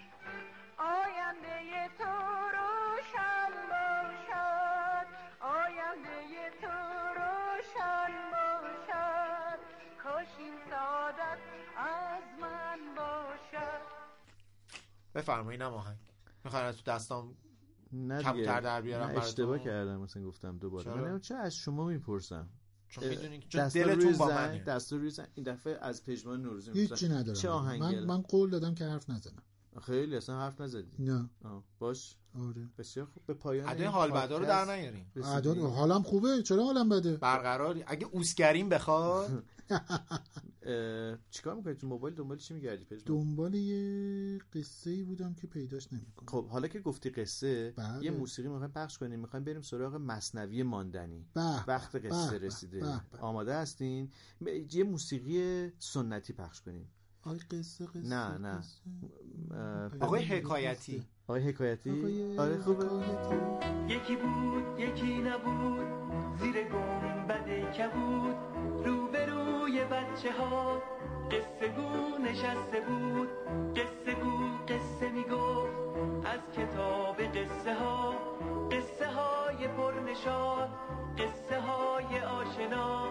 Speaker 8: آینده تو روشن باشد، آینده تو روشن باشد، کاش این سعادت از من باشد.
Speaker 1: بفرمایید اینم آهنگ میخوان از تو دستام
Speaker 3: نه
Speaker 1: کمتر در بیارم براتون.
Speaker 3: اشتباه کردم مثلا گفتم دوباره. من چه از شما میپرسم
Speaker 1: چون میدونین چون دلتون با منه.
Speaker 3: دستور روی زن. این دفعه از پژمان نوروزی
Speaker 2: میپرسم هیچی ندارم.
Speaker 3: چه آهنگی؟
Speaker 2: من من قول دادم که حرف نزنم.
Speaker 3: خیلی اصلا حرف نزدی؟
Speaker 2: نه.
Speaker 3: آه. باش.
Speaker 2: آره.
Speaker 3: بسیار خوب. به پایان
Speaker 1: اده حال بدا رو در نیاریم.
Speaker 2: اده حالم خوبه. چرا حالم بده؟
Speaker 1: برقراری. اگه اوسگریم بخواد
Speaker 3: چیکار میکنی تو موبایل؟ دنبال چی میگردی پژمان؟
Speaker 2: دنبال یه قصه‌ای بودم که پیداش نمیکنم.
Speaker 3: خب حالا که گفتی قصه،
Speaker 2: بله.
Speaker 3: یه موسیقی میخوایم پخش کنیم. میخوایم بریم سراغ مثنوی ماندنی.
Speaker 2: بح
Speaker 3: وقت قصه
Speaker 2: بح
Speaker 3: رسیده.
Speaker 2: بح بح.
Speaker 3: آماده هستین؟ یه موسیقی سنتی پخش کنیم.
Speaker 2: آقای قصه قصه
Speaker 3: نه نه
Speaker 1: آقای حکایتی.
Speaker 3: آقای حکایتی.
Speaker 2: آقای
Speaker 3: آره خوبه.
Speaker 4: یکی بود یکی نبود، زیر گنبد کبود، روبروی بچه ها قصه گو نشسته بود. قصه گو قصه میگفت از کتاب قصه ها، قصه های پرنشاد، قصه های آشنا.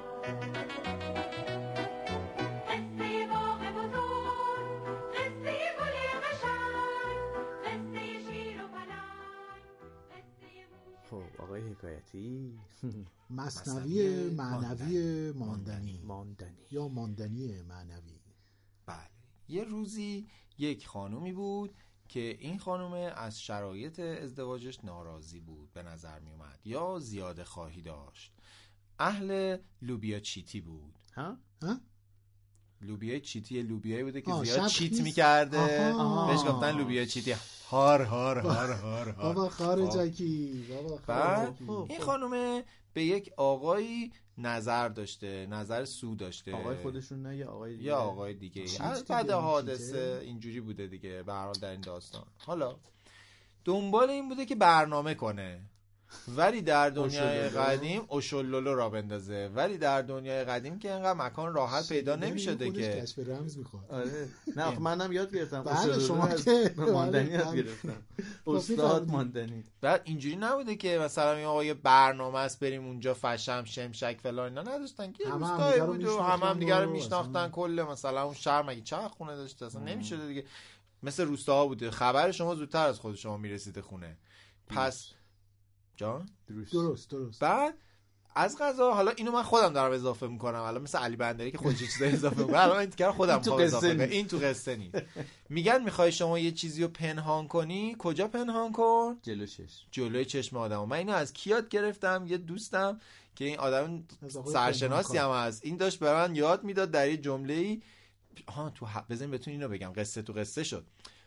Speaker 3: آقای حکایتی.
Speaker 2: مثنوی معنوی ماندنی.
Speaker 3: ماندنی
Speaker 2: یا ماندنی معنوی.
Speaker 1: بله. یه روزی یک خانومی بود که این خانوم از شرایط ازدواجش ناراضی بود به نظر می اومد یا زیاده خواهی داشت. اهل لوبیا چیتی بود.
Speaker 2: ها؟ ها؟
Speaker 1: لوبیا چیتی لوبیایی بوده که
Speaker 2: آه
Speaker 1: زیاد چیت میکرده. بهش گفتن لوبیا چیتی. هار هار هار هار
Speaker 2: بابا خارجکی. بابا
Speaker 1: خارجکی. این خانومه به یک آقایی نظر داشته، نظر سو داشته.
Speaker 3: آقای خودشون نه یا آقای دیگه؟
Speaker 1: یا آقای دیگه. از بعد حادثه اینجوری بوده دیگه به هر حال در این داستان. حالا دنبال این بوده که برنامه کنه، ولی در دنیای قدیم اوشولولو را بندازه، ولی در دنیای قدیم که اینقدر مکان راحت پیدا نمی‌شده که
Speaker 2: کشف رمز می‌خواد.
Speaker 3: آره نه منم یاد گرفتم.
Speaker 2: بله شما که
Speaker 3: ماندنی یاد گرفتم. استاد ماندنی.
Speaker 1: بعد اینجوری نبوده که مثلا این آقا یه برنامه است بریم اونجا فشم شمشک فلان اینا نداشتن که روستایی بود و همه هم دیگه رو میشناختن. کل مثلا اون شهر مگه چقدر خونه داشته اصلا نمی‌شده دیگه. مثل روستاها بوده، خبر شما زودتر از خود شما میرسیده خونه. پس جان
Speaker 2: درست درست.
Speaker 1: بعد از قضا حالا اینو من خودم دارم اضافه میکنم، حالا مثل علی بندری که خودش چیزا اضافه میکنه، الان این تیکر خودم میخوام اضافه کنم. این تو قصه نیست. میگن میخوای شما یه چیزی رو پنهان کنی، کجا پنهان کن؟
Speaker 3: جلوی چشم.
Speaker 1: جلوی چشم آدمو. من اینو از کی یاد گرفتم؟ یه دوستم که این آدم سرشناسی هم هست، این داشت به من یاد میداد در یه جمله‌ای. ها تو ح... بزنین بهتون اینو بگم، قصه تو قصه شد.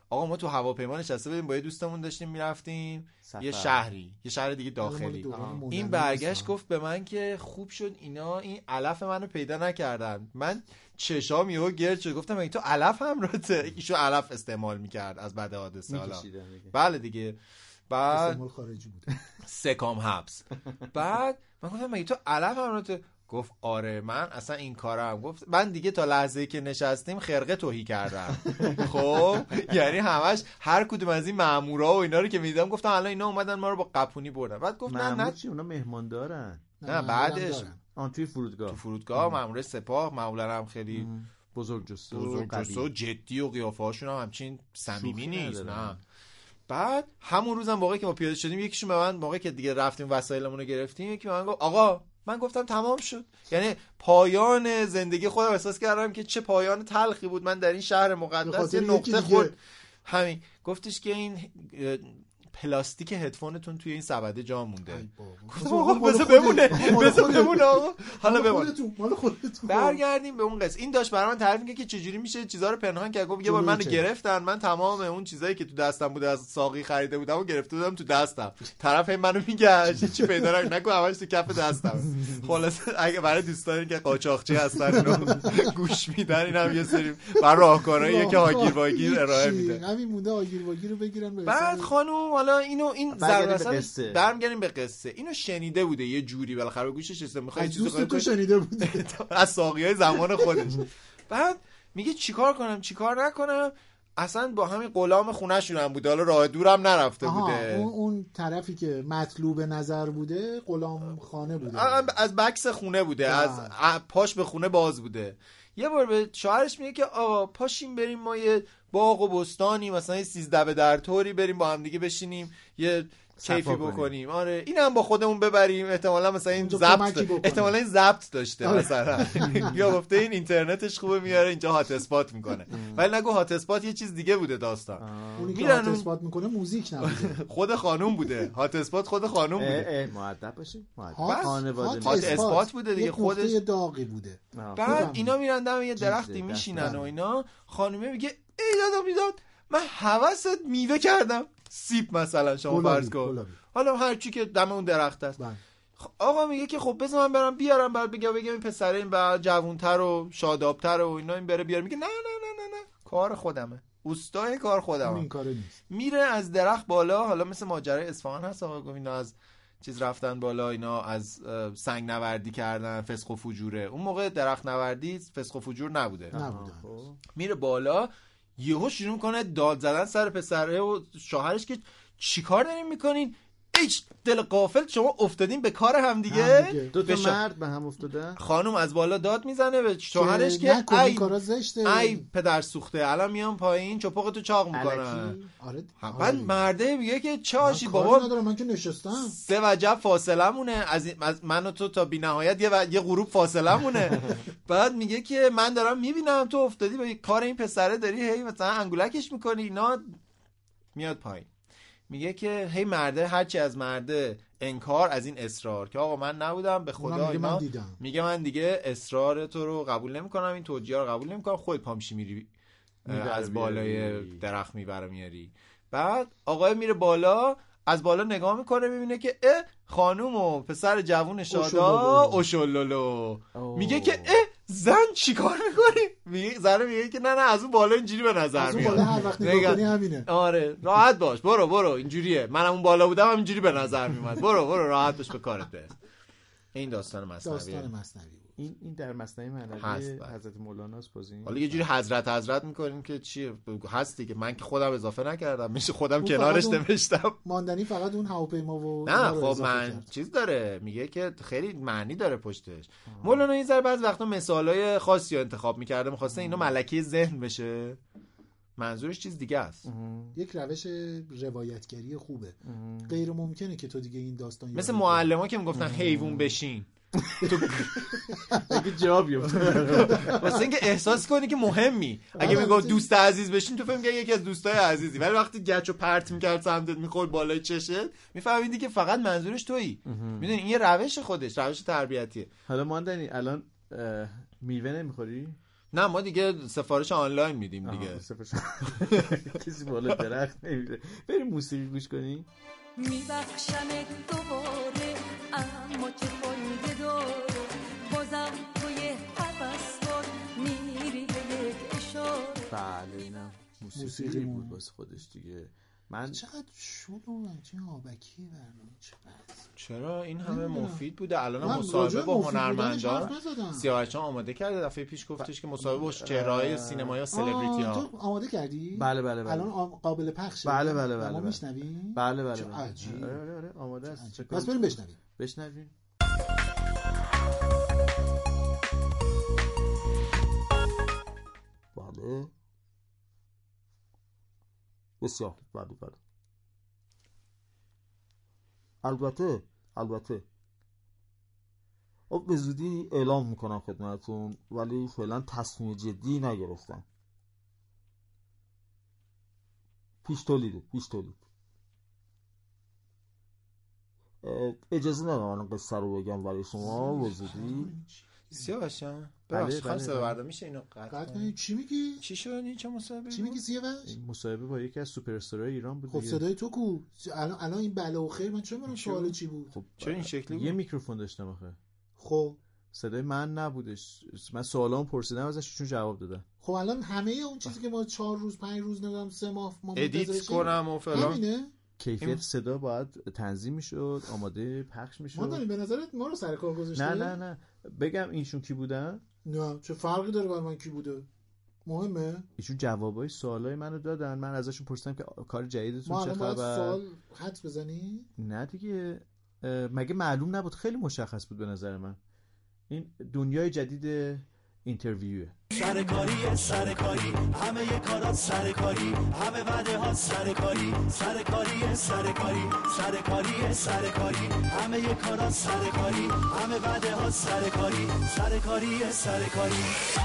Speaker 1: آقا ما تو هواپیما نشسته بودیم با یه دوستمون داشتیم میرفتیم یه شهری یه شهر دیگه داخلی. این برگشت گفت به من که خوب شد اینا این علف منو پیدا نکردن. من چشام یهو گرد شد، گفتم این تو علف همراته؟ ایشو علف استعمال میکرد از بعد حادثه. حالا بله دیگه، بعد
Speaker 2: استعمال خارجی بود.
Speaker 1: سکام حبس. بعد من گفتم مگه تو علف همراته؟ گفت آره من اصلا این کارم. گفت من دیگه تا لحظه‌ای که نشستیم خرقه توهی کردم. خب یعنی همش هر کدوم از این مامورا و اینا رو که میدیدم گفتم الان اینا اومدن ما رو با قپونی بردن. بعد گفت نه نه
Speaker 3: چی اونا مهمان دارن.
Speaker 1: نه بعدش
Speaker 3: آن توی فرودگاه
Speaker 1: تو فرودگاه مامور سپاه معمولا هم خیلی
Speaker 3: بزرگجسته
Speaker 1: بزرگجسته و جدی و قیافه هاشون هم همچین صمیمی نیست. نه بعد همون روزم موقعی که ما پیاده شدیم یکیشون به من موقعی که دیگه رفتیم وسایلمون رو گرفتیم یکی به من گفت آقا، من گفتم تمام شد. یعنی پایان زندگی خودم احساس کردم که چه پایان تلخی بود. من در این شهر مقدس یه نقطه خورد. همین گفتش که این پلاستیک هدفونتون توی این سبد جا مونده. گفتم آقا بذار بمونه بذار بمونه آقا حالا بمونه
Speaker 2: مال خودتون.
Speaker 1: برگردیم به اون قصه. این داشت برای من تعریف می‌کرد که چجوری میشه چیزا رو پنهان کرد. گفت یه بار منو گرفتن، من تمام اون چیزایی که تو دستم بوده از ساقی خریده بودم و گرفته بودم تو دستم. طرف این منو میگشت چی پیدا نکو همش تو کف دستم. خلاص اگه برای دوستانی که قاچاقچی هستن اینو گوش میدن اینم یه سری بر راهکارهایی که هاگیر واگیر ارائه میده.
Speaker 2: همین مونده هاگیر واگیر رو بگیرن.
Speaker 1: بعد خانم حالا اینو این ضرورت برمیگردیم به قصه. اینو شنیده بوده یه جوری بالاخره گوشش است. میخواد چیزی
Speaker 2: تو شنیده بوده
Speaker 1: از ساقیای زمان خودش. بعد میگه چیکار کنم چیکار نکنم. اصلا با همین غلام خونه‌شون هم بوده، حالا راه دورم نرفته بوده.
Speaker 2: اون اون طرفی که مطلوب نظر بوده غلام خانه بوده،
Speaker 1: از بکس خونه بوده، از پاش به خونه باز بوده. یه بار به شوهرش میگه که آقا پاشیم بریم ما یه باغ و بستانی مثلا سیزده به در طوری بریم با هم دیگه بشینیم یه کیفی بکنیم. آره اینم با خودمون ببریم. احتمالاً مثلا این ضبط احتمالاً این ضبط داشته مثلا یا گفته این اینترنتش خوبه میاره اینجا هات اسپات میکنه. ولی نگو هات اسپات یه چیز دیگه بوده داستان.
Speaker 2: اونی که هات اسپات میکنه موزیک نبوده،
Speaker 1: خود خانوم بوده. هات اسپات خود خانوم بوده.
Speaker 3: مؤدب باشین.
Speaker 1: خانواده هات اسپات بوده دیگه، خودش
Speaker 2: یه داغی بوده.
Speaker 1: بعد اینا میرن دم یه درختی میشینن و اینا. خانومه میگه ای دادا میداد من حواست میوه کردم، سیب مثلا شما فرض کن، حالا هر چی که دم اون درخت است. آقا میگه که خب بذار من برم بیارم، بعد بگم بگم این پسره این بعد جوونتر و شادابتر و اینا این بره بیار. میگه نه نه نه نه نه کار خودمه، اوستای کار خودمه،
Speaker 2: این کار نیست.
Speaker 1: میره از درخت بالا. حالا مثل ماجرای اصفهان هست آقا گفت اینا از چیز رفتن بالا، اینا از سنگ نوردی کردن، فسق و فجوره. اون موقع درخت نوردی فسق و فجور نبوده.
Speaker 2: نبوده.
Speaker 1: میره بالا یهو شروع میکنه داد زدن سر پسره و شوهرش که چیکار دارین میکنین؟ ایچ دل غافل شما افتادین به کار هم دیگه.
Speaker 3: دو تا شا... مرد به هم افتادن.
Speaker 1: خانم از بالا داد میزنه به شوهرش که ای کارا زشته، ای پدر سوخته، الان میام پایین چپقتو چاق میکنن.
Speaker 2: آره
Speaker 1: بعد مرده میگه که چاشی بابا
Speaker 2: ندارم من که نشستم،
Speaker 1: سه وجب فاصله مونه از, از من و تو تا بی‌نهایت یه, و... یه غروب فاصله مونه. بعد میگه که من دارم میبینم تو افتادی به کار این پسره، داری هی مثلا انگولکش میکنی اینا. میاد پایین میگه که هی مرده هرچی از مرده انکار از این اصرار که آقا من نبودم به خدا
Speaker 2: میگه من
Speaker 1: میگه من دیگه اصرار تو رو قبول نمیکنم، این توجیه رو قبول نمیکنم، خودت پامشی میری از بالای درخت میبره میاری. بعد آقا میره بالا، از بالا نگاه میکنه میبینه که اه خانوم و پسر جوون شادا اوشولولو. میگه که اه زن چیکار میکنی؟ میگه زن میگه که نه نه از اون بالا اینجوری به نظر میاد،
Speaker 2: از اون بالا هر وقت نگاه کنی همینه.
Speaker 1: آره راحت باش، برو برو اینجوریه، منم اون بالا بودم اینجوری به نظر میاد، برو برو راحت باش به کارت برس. این داستان مثنوی
Speaker 2: داستان مثنوی
Speaker 3: این این در مثنوی معنوی حضرت مولانا است. بازی
Speaker 1: حالا یه جوری حضرت حضرت میکنیم که چی هستی که من که خودم اضافه نکردم، میشه خودم کنارش نوشتم.
Speaker 2: ماندنی فقط اون هواپیما و
Speaker 1: نه خب من کرد. چیز داره میگه که خیلی معنی داره پشتش. مولانا این ذره بعضی وقتا مثالای خاصی رو انتخاب میکرده، میخواسته اینو ملکه ذهن بشه، منظورش چیز دیگه است.
Speaker 2: یک روش روایتگری خوبه. غیر ممکنه که تو دیگه این داستان
Speaker 1: مثل معلما که میگفتن حیوان بشین
Speaker 3: تو اگه جواب بیفته
Speaker 1: واسه اینکه احساس کنی که مهمی. اگه میگم دوست عزیز بشین تو فهم که یکی از دوستای عزیزی، ولی وقتی گچو پرت میکرد سمتت میخورد بالای چشت میفهمیدی که فقط منظورش تویی. میدونی این یه روش خودش روش تربیتیه.
Speaker 3: حالا ماندنی الان میوه نمیخوری؟
Speaker 1: نه ما دیگه سفارش آنلاین میدیم دیگه.
Speaker 3: سفارش کسی بالا درخت نمیره. بریم موسیقی گوش کنیم.
Speaker 13: میبخشم دوباره اما چه فایده داره، بازم توی حبس دار میری به یک اشاره.
Speaker 3: بله اینم موسیقی بود واسه خودش دیگه. من
Speaker 2: چقدر شلوغه، چه آبکی برنامه، چقدر
Speaker 1: چرا این همه مفید بوده. الان مصاحبه با هنرمندان سیاوشان آماده کرده. دفعه پیش گفتش که مصاحبه با چهره‌های سینمایی و سلبریتی ها.
Speaker 2: تو آماده کردی؟
Speaker 3: بله بله بله.
Speaker 2: الان قابل پخشه.
Speaker 3: بله بله بله.
Speaker 2: ما میشنویم؟
Speaker 3: بله بله.
Speaker 2: چه عجیب.
Speaker 3: آره آره آماده است.
Speaker 2: پس بریم بشنویم.
Speaker 3: بشنویم. بله. بسیار بله بله. البته البته به زودی اعلام میکنم خدمتتون، ولی فعلا تصمیم جدی نگرفتم. پیش تولیده پیش تولید. اجازه ندارم الان قصه رو بگم برای شما به زودی.
Speaker 1: سیاوشان ببخشید خمسه ببرد میشه اینو قطع
Speaker 2: کنید. چی میگی؟
Speaker 1: چی شد این چه مصاحبه؟
Speaker 2: چی میگی سیاوش؟
Speaker 3: مصاحبه با یکی از سوپر استارهای ایران بود.
Speaker 2: خب صدای تو کو؟ الان الان این بلا و خیر من چه میدونم سوال چی بود؟
Speaker 3: خب
Speaker 1: چرا این شکلی بود؟
Speaker 3: یه میکروفون داشتم آخه.
Speaker 2: خب
Speaker 3: صدای من نبودش. من سوالامو پرسیدم ازش چون جواب دادن.
Speaker 2: خب الان همه اون چیزی که ما چهار روز پنج روز ندادم سه ماه ما
Speaker 1: ادیت کنم و فلان
Speaker 2: همینه.
Speaker 3: کیفیت صدا باید تنظیم میشد، آماده پخش میشد.
Speaker 2: ما داریم به نظرت ما رو سر کار گذاشته؟
Speaker 3: نه نه نه بگم اینشون کی بودن؟
Speaker 2: نه چه فرقی داره برای من کی بوده؟ مهمه؟
Speaker 3: ایشون جوابای سوالای منو دادن، من ازشون پرسیدم که کار جدیدتون چه خبر؟
Speaker 2: ما سوال حدس بزنی؟
Speaker 3: نه دیگه مگه معلوم نبود؟ خیلی مشخص بود به نظر من. این دنیای جدید اینترویوه.
Speaker 14: سرکاری سرکاری همه کارات سرکاری، همه وعده ها سرکاری سرکاری سرکاری سرکاری سرکاری همه کارات سرکاری، همه وعده ها سرکاری سرکاری سرکاری.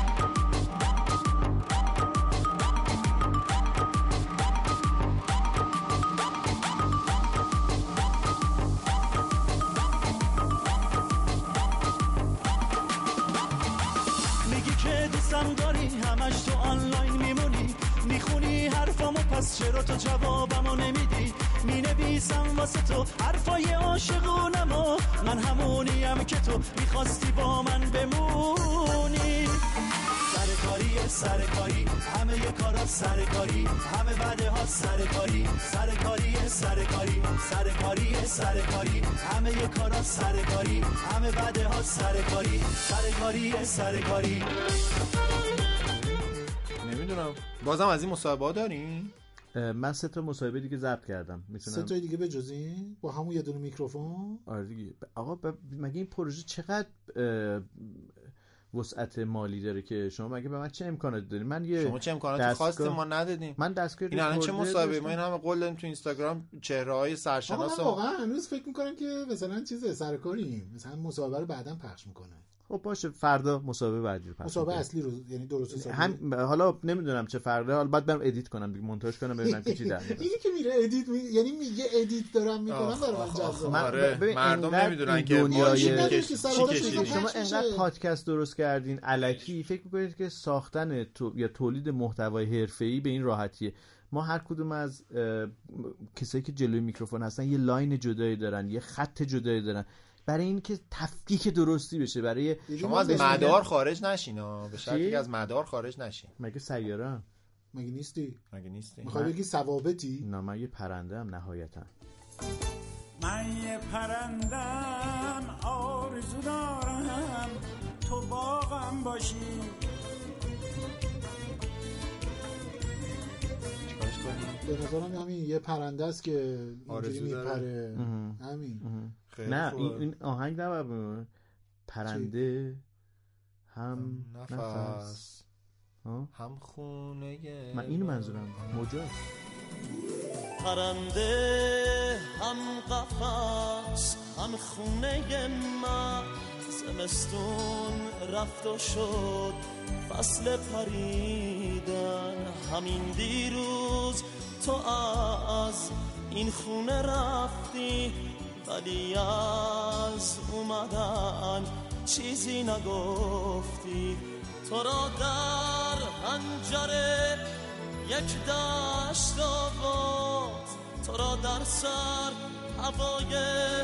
Speaker 14: همش تو آنلاین میمونی، میخونی حرفامو پس چرا تو جوابمو نمیدی؟ مینویسم واسه تو حرفای عاشقونمو، من همونیم که تو میخواستی با من بمونی. سرکاری سرکاری همه کارات سرکاری، همه وعده ها سرکاری سرکاری سرکاری سرکاری سرکاری همه کارات سرکاری، همه وعده ها سرکاری سرکاری سرکاری.
Speaker 1: نمیدونم بازم از این مصاحبه ها دارین؟
Speaker 3: من سه تا مصاحبه دیگه ضبط کردم. میتونم
Speaker 2: سه تا دیگه بجزین با همون یه دونه میکروفون؟
Speaker 3: آره دیگه. آقا ب... مگه این پروژه چقدر وسعت مالی داره که شما مگه به من چه امکاناتی دارین؟ من یه
Speaker 1: شما چه امکاناتی
Speaker 3: دستگاه...
Speaker 1: خواستیم ما ندادیم.
Speaker 3: من دستگاه
Speaker 1: این الان چه مصاحبه؟ ما این همه قول دادیم تو اینستاگرام چهره‌های سرشناس.
Speaker 2: آقا واقعا هنوز فکر می‌کنم که مثلا چیز سرکاریم، مثلا مصاحبه رو بعداً پخش می‌کنه.
Speaker 3: خب باشه فردا مصاحبه بعدی رو پخش
Speaker 2: مصاحبه اصلی رو یعنی درست حسابی
Speaker 3: هم حالا نمیدونم چه فردا، حالا بعد برم ادیت کنم دیگه، مونتاژ کنم ببینم چی در میاد.
Speaker 2: اینی که میره ادیت می... یعنی میگه ادیت دارم میکنم برای من جذاب.
Speaker 1: آره مردم نمیدونن که دنیای چی کشیدین.
Speaker 3: شما انقدر پادکست درست کردین الکی فکر میکنید که ساختن تو... یا تولید محتوای حرفه‌ای به این راحتیه. ما هر کدوم از کسایی که جلوی میکروفون هستن یه لاین جدایی دارن، یه خط جدایی دارن، برای اینکه تفکیک درستی بشه. برای
Speaker 1: شما از مدار خارج نشین ها، به شرطی که از مدار خارج نشین.
Speaker 3: مگه سیاره‌ام؟
Speaker 2: مگه نیستی؟
Speaker 1: مگه نیستی؟
Speaker 2: میخوای بگی ثوابتی؟
Speaker 3: نه من یه پرنده ام نهایتا.
Speaker 14: من یه پرندم آرزو دارم تو باغم باشی.
Speaker 2: به نظرم همین یه پرنده است که اینجوری میپره. همین.
Speaker 3: نه این, این آهنگ نباید پرنده هم نفس, نفس.
Speaker 1: هم خونه.
Speaker 3: من اینو منظورم مجاز.
Speaker 14: پرنده هم قفس هم خونه من، زمستون رفت و شد فصل پریدن. همین دیروز تو از این خونه رفتی، ولی از اومدن چیزی نگفتی. تو را در پنجره یک دشت آباد، تو را در سر هوای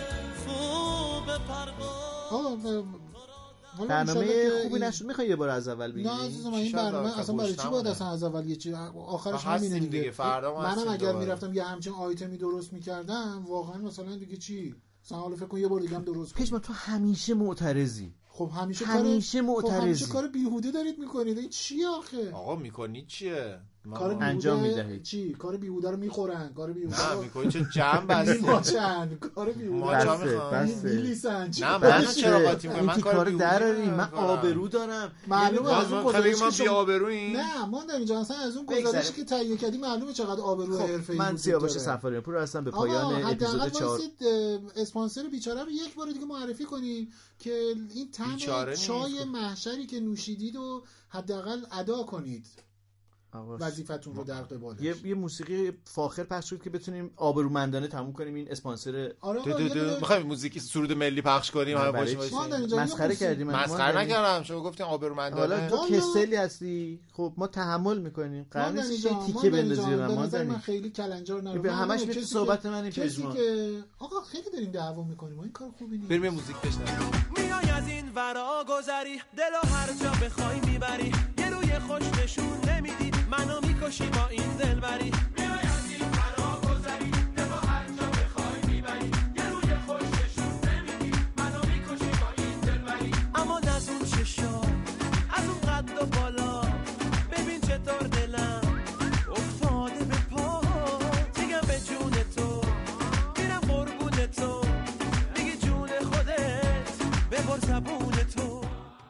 Speaker 14: خوب پرواز.
Speaker 3: برنامه خوبی نشد، میخوای یه بار از اول بگیری؟
Speaker 2: نه عزیزم این برنامه اصلا برای چی باید اصلا از اول یه چی آخرش همینه دیگه. منم اگر میرفتم یه همچین آیتمی درست میکردم واقعا مثلا دیگه چی مثلا حالا فکر کن یه بار دیگه هم درست کنم.
Speaker 3: پشما تو همیشه معترضی.
Speaker 2: خب همیشه
Speaker 3: همیشه
Speaker 2: کار
Speaker 3: معترضی.
Speaker 2: خب همیشه کار بیهوده دارید میکنید. این چیه آخه؟
Speaker 1: آقا میکنید چیه؟
Speaker 2: کار
Speaker 3: انجام میدهید.
Speaker 2: چی؟ کار بیهوده رو میخورن، کار بیهوده
Speaker 1: نه میکنید چه جمع بسته.
Speaker 2: ماچن کار بیهوده
Speaker 3: بسته
Speaker 2: میلیسن.
Speaker 1: نه من چرا قاطی میکنم؟
Speaker 3: من کار دراری، من آبرو دارم.
Speaker 2: معلومه از اون گزارشی
Speaker 1: ما بی آبرویی.
Speaker 2: نه ما در اینجا اصلا از اون گزارشی که تهیه کردی معلومه چقدر آبرو حرفه‌ای
Speaker 3: من سیاوش سفاریان پور هستم. به پایان اپیزود چهار
Speaker 2: اسپانسر بیچاره رو یک بار دیگه معرفی کنی که این طعم چای محشری که نوشیدید و حداقل ادا کنید وظیفتون رو در قبالش.
Speaker 3: یه یه موسیقی فاخر پخش شد که بتونیم آبرومندانه تموم کنیم این اسپانسر.
Speaker 2: آره
Speaker 1: میخوایم موزیک سرود ملی پخش کنیم همه خوش باشیم.
Speaker 3: مسخره کردیم.
Speaker 1: مسخره نکردم، شما گفتین آبرومندانه.
Speaker 3: حالا تو کسلی هستی، خب ما تحمل میکنیم. قرار نیست یه تیکه بندازی من. ما
Speaker 2: من خیلی کلنجار نرو.
Speaker 3: به همش میگه صحبت من این پژمان.
Speaker 2: که آقا خیلی داریم دعوا میکنیم، این کار خوبی نیست.
Speaker 1: بریم موزیک بشنویم.
Speaker 14: میای از این ورا گذری، دلو هر جا بخوای میبری، یه روی خوش نشون نمیدی، منو میکشی با این دلبری. میای از این ورا گذری، دلو هر جا بخوای میبری، یه روی خوش نشون نمیدی، منو میکشی با این دلبری. اما از اون چشا، از اون قد و بالا، ببین چطور دلم افتاده به پا. میگم به جون تو، میرم قربون تو، میگی جون خودت ببر زبون تو.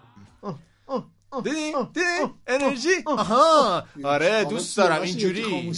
Speaker 1: دیدی؟ دیدی؟ انرژی؟ آها آره دوست دارم اینجوری.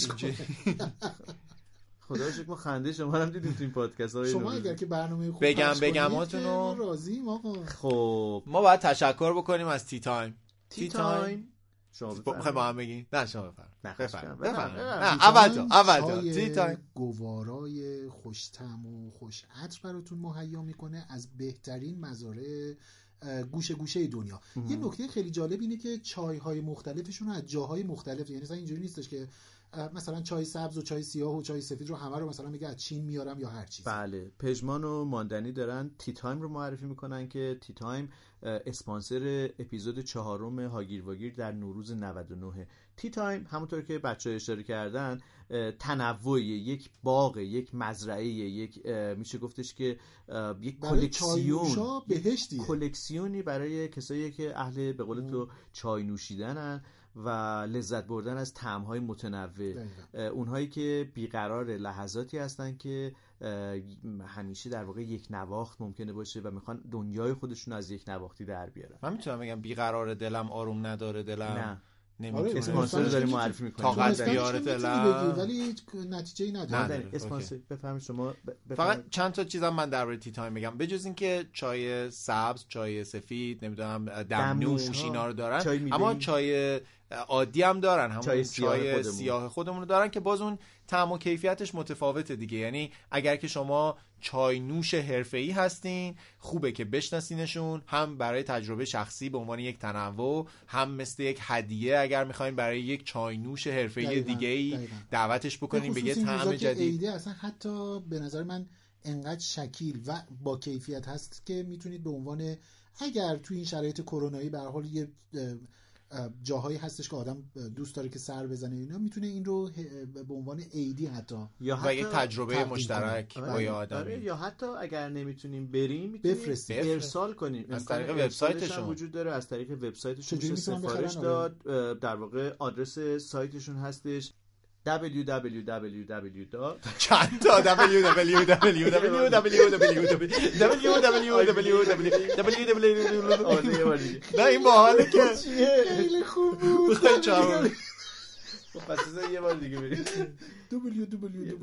Speaker 3: خدا شکر ما خنده شما رو هم دیدیم تو این پادکست های
Speaker 2: شما اگر که برنامه خوب
Speaker 1: بگم بگم هاتونو
Speaker 2: راضییم آقا.
Speaker 1: خب ما باید تشکر بکنیم از تی تایم.
Speaker 3: تی تایم
Speaker 1: شما بخوایم با هم بگیم. نه شما بفرمایید.
Speaker 3: بفرمایید.
Speaker 1: نه اول تو اول تو تی تایم
Speaker 2: گوارای خوش طعم و خوش عطر براتون مهیا میکنه از بهترین مزارع گوشه گوشه دنیا. یه نکته خیلی جالب اینه که چای‌های مختلفشون رو از جاهای مختلف، یعنی مثلا اینجوری نیستش که مثلا چای سبز و چای سیاه و چای سفید رو همه رو مثلا میگه از چین میارم یا هر چیزی.
Speaker 3: بله پژمان و ماندنی دارن تی تایم رو معرفی میکنن که تی تایم اسپانسر اپیزود چهارم هاگیر واگیر در نوروز نود و نه. تی تایم همونطور که بچه‌ها اشاره کردن تنوع یک باغ، یک مزرعه، یک میشه گفتش که یک کلکسیون
Speaker 2: بهشتی
Speaker 3: کلکسیونی برای کسایی که اهل به قول تو چای نوشیدنن و لذت بردن از طعم‌های متنوع. اونهایی که بیقرار لحظاتی هستن که همیشه در واقع یک نواخت ممکنه باشه و میخوان دنیای خودشون از یک نواختی در بیارن.
Speaker 1: من میتونم بگم بیقرار دلم آروم نداره دلم.
Speaker 3: نه
Speaker 1: نمیتونه.
Speaker 3: اسپانسر داری معرفی می‌کنی.
Speaker 1: طاقت بیاره دلم.
Speaker 2: ولی نتیجه‌ای نداره.
Speaker 3: اسپانسر بفرمایید شما.
Speaker 1: فقط چند تا چیزم من درباره تی تایم بگم. بجز اینکه چای سبز، چای سفید، نمیدونم دمنوش اینا رو دارن، چای اما چای عادی هم دارن، همون چای سیاه, چای خودمون. سیاه خودمون رو دارن که باز اون طعم و کیفیتش متفاوته دیگه. یعنی اگر که شما چای نوش حرفه‌ای هستین خوبه که بشناسینشون، هم برای تجربه شخصی به عنوان یک تنوع، هم مثل یک هدیه اگر می‌خواید برای یک چای نوش حرفه‌ای دیگه‌ای دعوتش بکنین به یه طعم جدید.
Speaker 2: اصلا حتی به نظر من انقدر شکیل و با کیفیت هست که میتونید به عنوان اگر توی این شرایط کرونایی به هر حال یه جاهایی هستش که آدم دوست داره که سر بزنه اینا، میتونه این رو به عنوان ایدی حتی
Speaker 1: یا حتی یک تجربه مشترک با یه آدمی،
Speaker 3: یا حتی اگر نمیتونیم بریم میتونیم ارسال کنیم
Speaker 1: از طریق وبسایتشون
Speaker 3: وجود داره، از طریق وبسایتشون میشه سفارش داد. در واقع آدرس سایتشون هستش دبلیو دبلیو دبلیو دبلیو
Speaker 1: چند تا دبلیو دبلیو دبلیو دبلیو دبلیو دبلیو دبلیو نه این باحاله که
Speaker 2: خیلی خوب بود.
Speaker 3: پس از یه بار دیگه بریم
Speaker 2: دبلیو دبلیو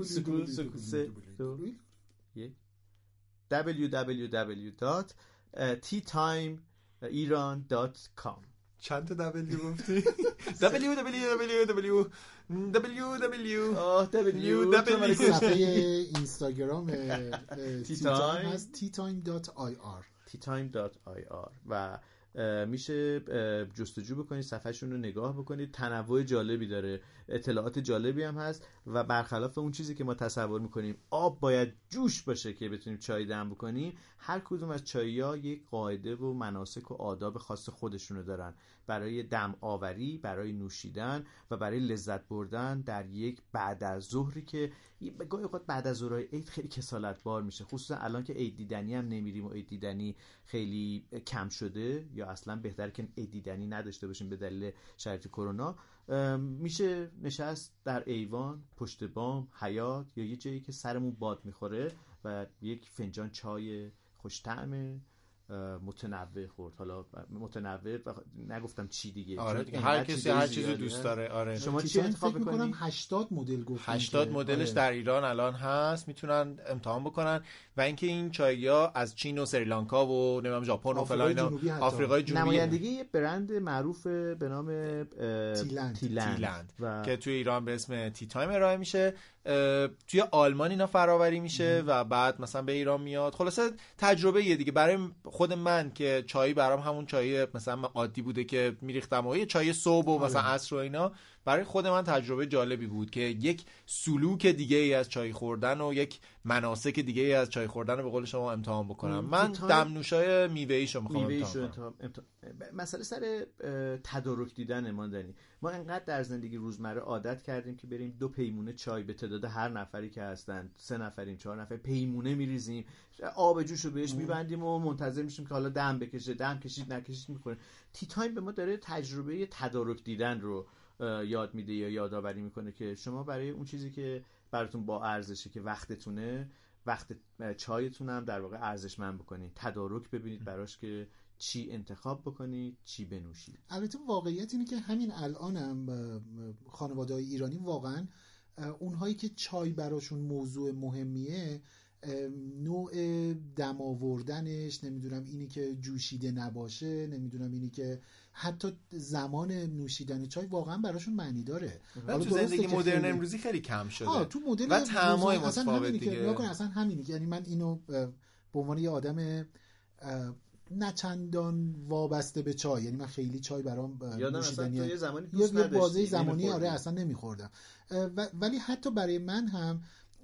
Speaker 3: دبلیو دبلیو دات تی تایم ایران دات کام.
Speaker 1: چند تا دبلیو گفتی؟ دبلیو دبلیو دبلیو دبلیو دبلیو دبلیو دبلیو
Speaker 2: صفحه اینستاگرام تی تایم هست تی تایم دات آی آر
Speaker 3: تی تایم دات آی آر و میشه جستجو بکنید، صفحهشون رو نگاه بکنید، تنوع جالبی داره، اطلاعات جالبی هم هست و برخلاف اون چیزی که ما تصور میکنیم آب باید جوش باشه که بتونیم چای دم بکنیم، هر کدوم از چای‌ها یک قاعده و مناسک و آداب خاص خودشونو دارن برای دم آوری، برای نوشیدن و برای لذت بردن در یک بعد از ظهری که گاهی اوقات بعد از ظهرهای عید خیلی کسالت بار میشه، خصوصا الان که عید دیدنی هم نمیریم و عید دیدنی خیلی کم شده یا اصلا بهتره که عید دیدنی نداشته باشیم به دلیل شرایط کرونا. میشه نشست در ایوان، پشت بام، حیاط یا یه جایی که سرمون باد میخوره و یک فنجان چای خوش طعم متنوع خورد. حالا متنوع نگفتم چی دیگه،
Speaker 1: آره دیگه هر کسی هر چیزی دوست داره. آره
Speaker 2: شما چی انتخاب میکنم؟ هشتاد مدل گفتم،
Speaker 1: هشتاد مدلش در ایران الان هست، میتونن امتحان بکنن. و اینکه این چای‌ها از چین و سریلانکا و نمیدونم ژاپن و فلان اینا، آفریقای جنوبی،
Speaker 3: نمایندگی یه برند معروف به نام
Speaker 2: تیلند,
Speaker 3: تیلند.
Speaker 1: تیلند. و... که توی ایران به اسم تی تایم ارائه میشه، توی آلمان اینا فراوری میشه و بعد مثلا به ایران میاد. خلاصه تجربه یه دیگه برای خود من که چای برام همون چای مثلا عادی بوده که میریختم و یه چای صبح و مثلا عصر و اینا، برای خود من تجربه جالبی بود که یک سلوک دیگه ای از چای خوردن و یک مناسک دیگه ای از چای خوردن رو به قول شما امتحان بکنم. من دمنوشای میوه‌ایشو میخوام امتحان کنم.
Speaker 3: امتحان... مسئله سر تدارک دیدن ماندنی. ما انقدر در زندگی روزمره عادت کردیم که بریم دو پیمونه چای به تعداد هر نفری که هستن، سه نفریم، چهار نفر، پیمونه میریزیم، آب جوشو بهش میبندیم و منتظر میشیم که حالا دم بکشه، دم کشید نکشید میکنه. تی تایم به ما داره تجربه تدارک دیدن رو یاد میده یا یادآوری میکنه که شما برای اون چیزی که براتون با ارزشه که وقتتونه، وقت چایتون هم در واقع ارزشمند بکنید، تدارک ببینید براش که چی انتخاب بکنید، چی بنوشید.
Speaker 2: البته واقعیت اینه که همین الانم خانواده‌های ایرانی واقعا اونهایی که چای براشون موضوع مهمیه، نوع دم آوردنش، نمیدونم اینی که جوشیده نباشه، نمیدونم اینی که حتی زمان نوشیدن چای واقعا براشون معنی داره.
Speaker 1: تو زندگی مدرن امروزی خیلی کم شده.
Speaker 2: آه تو مدل
Speaker 1: و طعمای متفاوت دیگه.
Speaker 2: که اصلا همینی که یعنی من اینو به عنوان یه آدم نه چندان وابسته به چای، یعنی من خیلی چای برام نوشیدنی
Speaker 3: یه زمانی دوست
Speaker 2: یه بازه زمانی آره اصلا نمیخوردم، ولی حتی برای من هم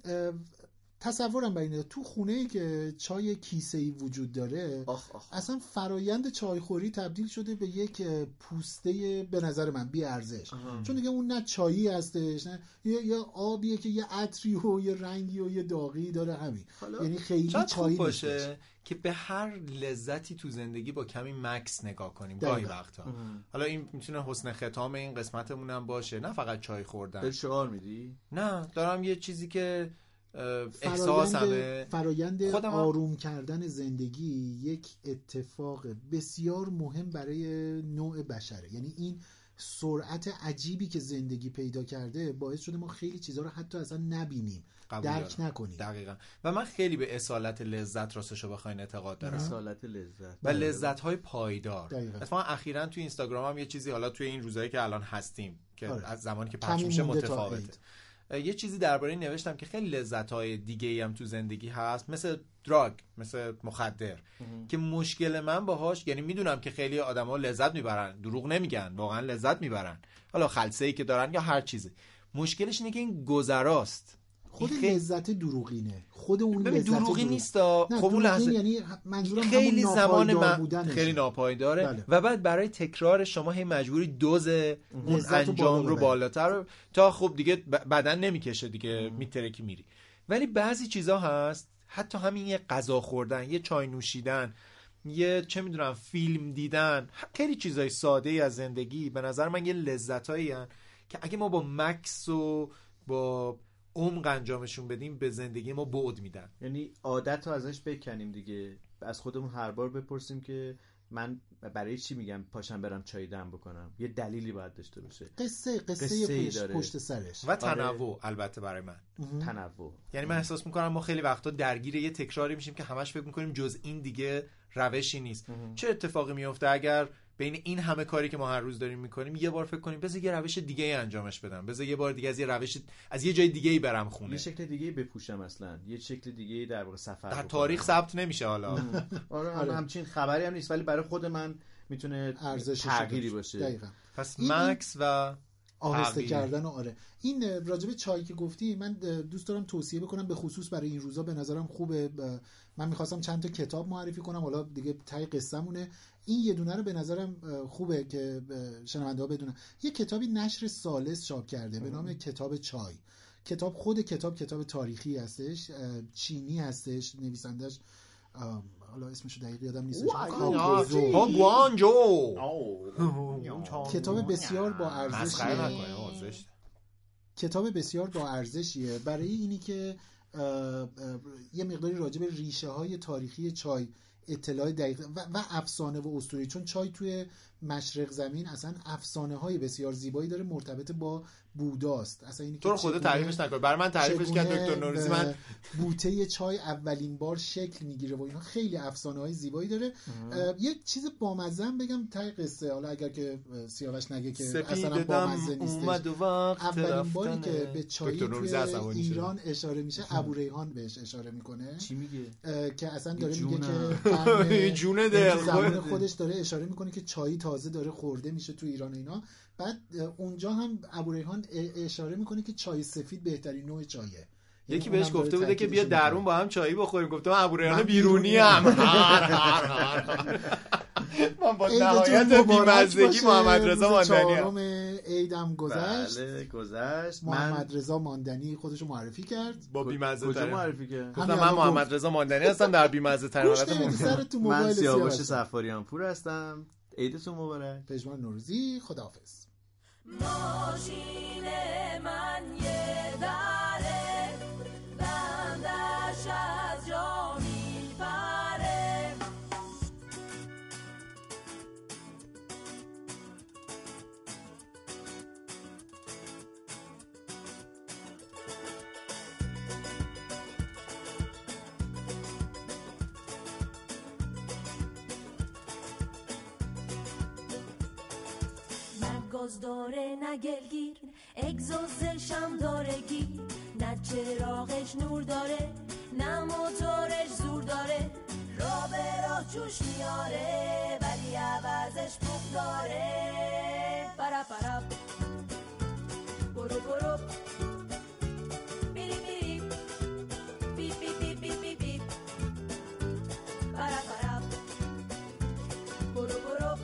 Speaker 2: تصورم بر اینه تو خونه‌ای که چای کیسه‌ای وجود داره،
Speaker 3: آخ آخ.
Speaker 2: اصلا فرایند چایخوری تبدیل شده به یک پوسته به نظر من بی ارزش، چون دیگه اون نه چایی هستش، نه یه, یه آبیه که یه عطری و یه رنگی و یه داغی داره، همین. یعنی خیلی چایی باشه
Speaker 1: که به هر لذتی تو زندگی با کمی مکس نگاه کنیم گاهی وقتا. حالا این میتونه حسن ختام این قسمتمون هم باشه، نه فقط چای خوردن.
Speaker 3: به شعار میدی؟
Speaker 1: نه، دارم یه چیزی که احساسمه.
Speaker 2: فرایند آروم کردن زندگی یک اتفاق بسیار مهم برای نوع بشره. یعنی این سرعت عجیبی که زندگی پیدا کرده باعث شده ما خیلی چیزها رو حتی اصلا نبینیم، درک نکنیم.
Speaker 1: دقیقاً. و من خیلی به اصالت لذت راستشو بخواین اعتقاد دارم.
Speaker 3: اصالت لذت
Speaker 1: و لذت‌های پایدار. اتفاقا اخیراً توی اینستاگرام هم یه چیزی، حالا توی این روزایی که الان هستیم که آره. از زمانی که پخش میشه متفاوته، یه چیزی درباره نوشتم که خیلی لذت‌های دیگه‌ای هم تو زندگی هست، مثل دراگ، مثل مخدر، که مشکل من باهاش، یعنی میدونم که خیلی آدما لذت میبرن، دروغ نمیگن، واقعا لذت میبرن، حالا خلسه‌ای که دارن یا هر چیزی، مشکلش اینه که این گذراست.
Speaker 2: خود خیلی... لذت دروغینه، خود اون لذت
Speaker 1: دروغی نیستا. خب اون لحظه
Speaker 2: یعنی منظورم
Speaker 1: خیلی زمان
Speaker 2: من...
Speaker 1: خیلی ناپایداره. بله. و بعد برای تکرار شما هی مجبوری دوز اون انجام رو بالاتر تا خب دیگه بدن نمیکشه دیگه، میترکی میری. ولی بعضی چیزا هست، حتی همین یه غذا خوردن، یه چای نوشیدن، یه چه میدونم فیلم دیدن، خیلی چیزای ساده ای از زندگی به نظر من یه لذتایی هن که اگه ما با مکس و با عمق انجامشون بدیم به زندگی ما بعد میدن.
Speaker 3: یعنی عادت رو ازش بکنیم دیگه، از خودمون هر بار بپرسیم که من برای چی میگم پاشم برم چای دم بکنم، یه دلیلی باید داشته باشه،
Speaker 2: قصه قصه پشت, پشت سرش
Speaker 1: و تنوع. آره. البته برای من
Speaker 3: تنوع،
Speaker 1: یعنی من احساس میکنم ما خیلی وقتا درگیر یه تکراری میشیم که همش فکر میکنیم جز این دیگه روشی نیست. چه اتفاقی میفته اگر بین این همه کاری که ما هر روز داریم میکنیم یه بار فکر کنیم بذار یه روش دیگه ای انجامش بدم، بذار یه بار دیگه از یه روش از یه جای دیگه ای برم خونه،
Speaker 3: یه شکل دیگه ای بپوشم، اصلا یه شکل دیگه ای در واقع سفر
Speaker 1: در تاریخ ثبت نمیشه حالا.
Speaker 3: آره همچین خبری هم نیست، ولی برای خود من میتونه
Speaker 2: ارزشش
Speaker 3: تغییری باشه.
Speaker 2: دقیقاً.
Speaker 1: پس مکس و
Speaker 2: آهسته
Speaker 1: تغییر.
Speaker 2: کردن و آره این راجبه چای که گفتی من دوست دارم توصیه بکنم، به خصوص برای این روزا به نظرم خوبه. من میخواستم چند تا کتاب معرفی کنم، حالا دیگه تای قصه‌مونه. این یه دونه رو به نظرم خوبه که شنونده‌ها بدونن. یه کتابی نشر ثالث چاپ کرده به نام کتاب چای. کتاب خود کتاب کتاب تاریخی هستش، چینی هستش، نویسندش حالا اسمشو دقیق یادم نیست.
Speaker 1: گوانجو.
Speaker 2: کتاب بسیار با ارزشیه. کتاب بسیار با ارزشیه برای اینی که یه مقداری راجع به ریشه های تاریخی چای اطلاع دقیق و, و افسانه و اسطوره، چون چای توی مشرق زمین اصلا افسانه های بسیار زیبایی داره مرتبط با بوداست. اصلا اینی که
Speaker 1: تو خودت تعریفش نکن، برای من تعریفش کرد دکتر نوروزی. من
Speaker 2: بوته چای اولین بار شکل میگیره و اینا خیلی افسانه های زیبایی داره. یه چیز بامزه بگم ته قصه، حالا اگر که سیاوش نگه که اصلا بامزه نیست. اولین باری که به چای توی ایران اشاره میشه ابوریحان بهش اشاره میکنه.
Speaker 3: چی میگه؟
Speaker 2: که اصلا داره میگه که
Speaker 1: جون دل
Speaker 2: زمان خودش داره اشاره میکنه که چای تازه داره خورده میشه تو ایران اینا. بعد اونجا هم ابوریحان اشاره میکنه که چای سفید بهترین نوع چایه.
Speaker 1: یکی بهش گفته بوده که بیا درون با هم چایی بخوریم، گفتم ابوریحان بیرونی هم. من با نهایت بی‌مزگی محمد رضا ماندنی
Speaker 2: چهارم عیدم گذشت.
Speaker 3: بله گذشت.
Speaker 2: محمد رضا ماندنی خودشو معرفی کرد.
Speaker 1: با بی‌مزه
Speaker 3: ترین معرفی کرد.
Speaker 1: گفتم من محمد رضا ماندنی هستم در بی‌مزه ترین حالت ممکن.
Speaker 3: من سیاوش سفاریان پور هستم. عیدتون مبارک.
Speaker 2: پژمان نوروزی. خداحافظ.
Speaker 13: ماشین من یه دره بندش از جا میپره، گاز داره نه گلگیر، اگزوزش هم داره گیر، نه چراغش نور داره نه موتورش زور داره، راه به راه جوش میاره ولی عوضش بوق داره. برا برا برو برو بیری بیری بی بی بی بی بی بی برا برا برو برو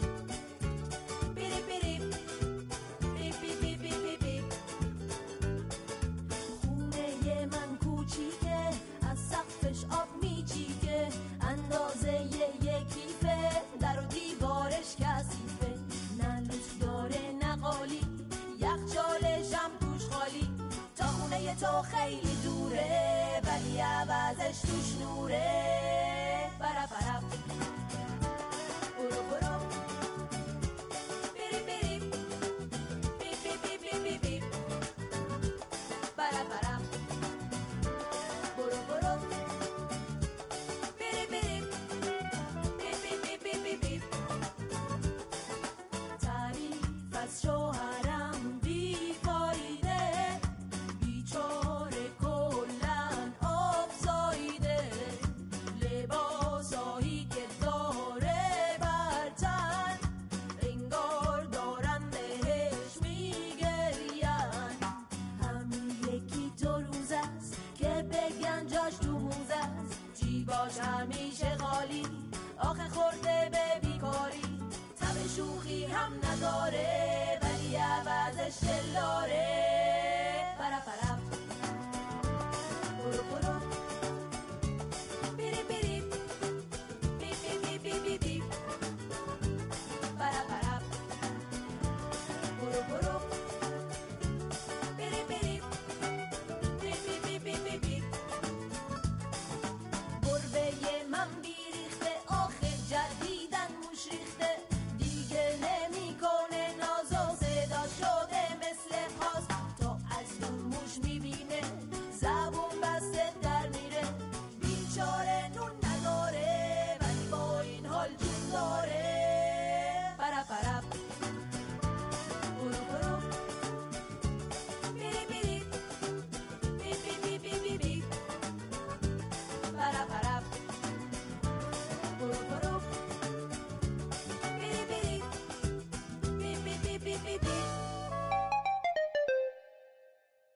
Speaker 13: آب میچیکه اندازه یکیفه در و دیوارش کثیفه، نه لوس داره نه قالی یخچالش هم توش خالی، تا خونه تو خیلی دوره ولی عوضش توش نوره. برا برا برو برو بیری بیری بی بی بی بی بی بی برا برا برو برو شوهرم بیفایده بیچاره کلن آب زایده، لباسایی که داره برتن انگار دارن بهش میگرین، همین یکی دو روز است که بگن جاش تو موزه است، جیباش همیشه خالی آخه خورده به بیکاری، تب شوخی هم نداره ولی عوضش دلاره.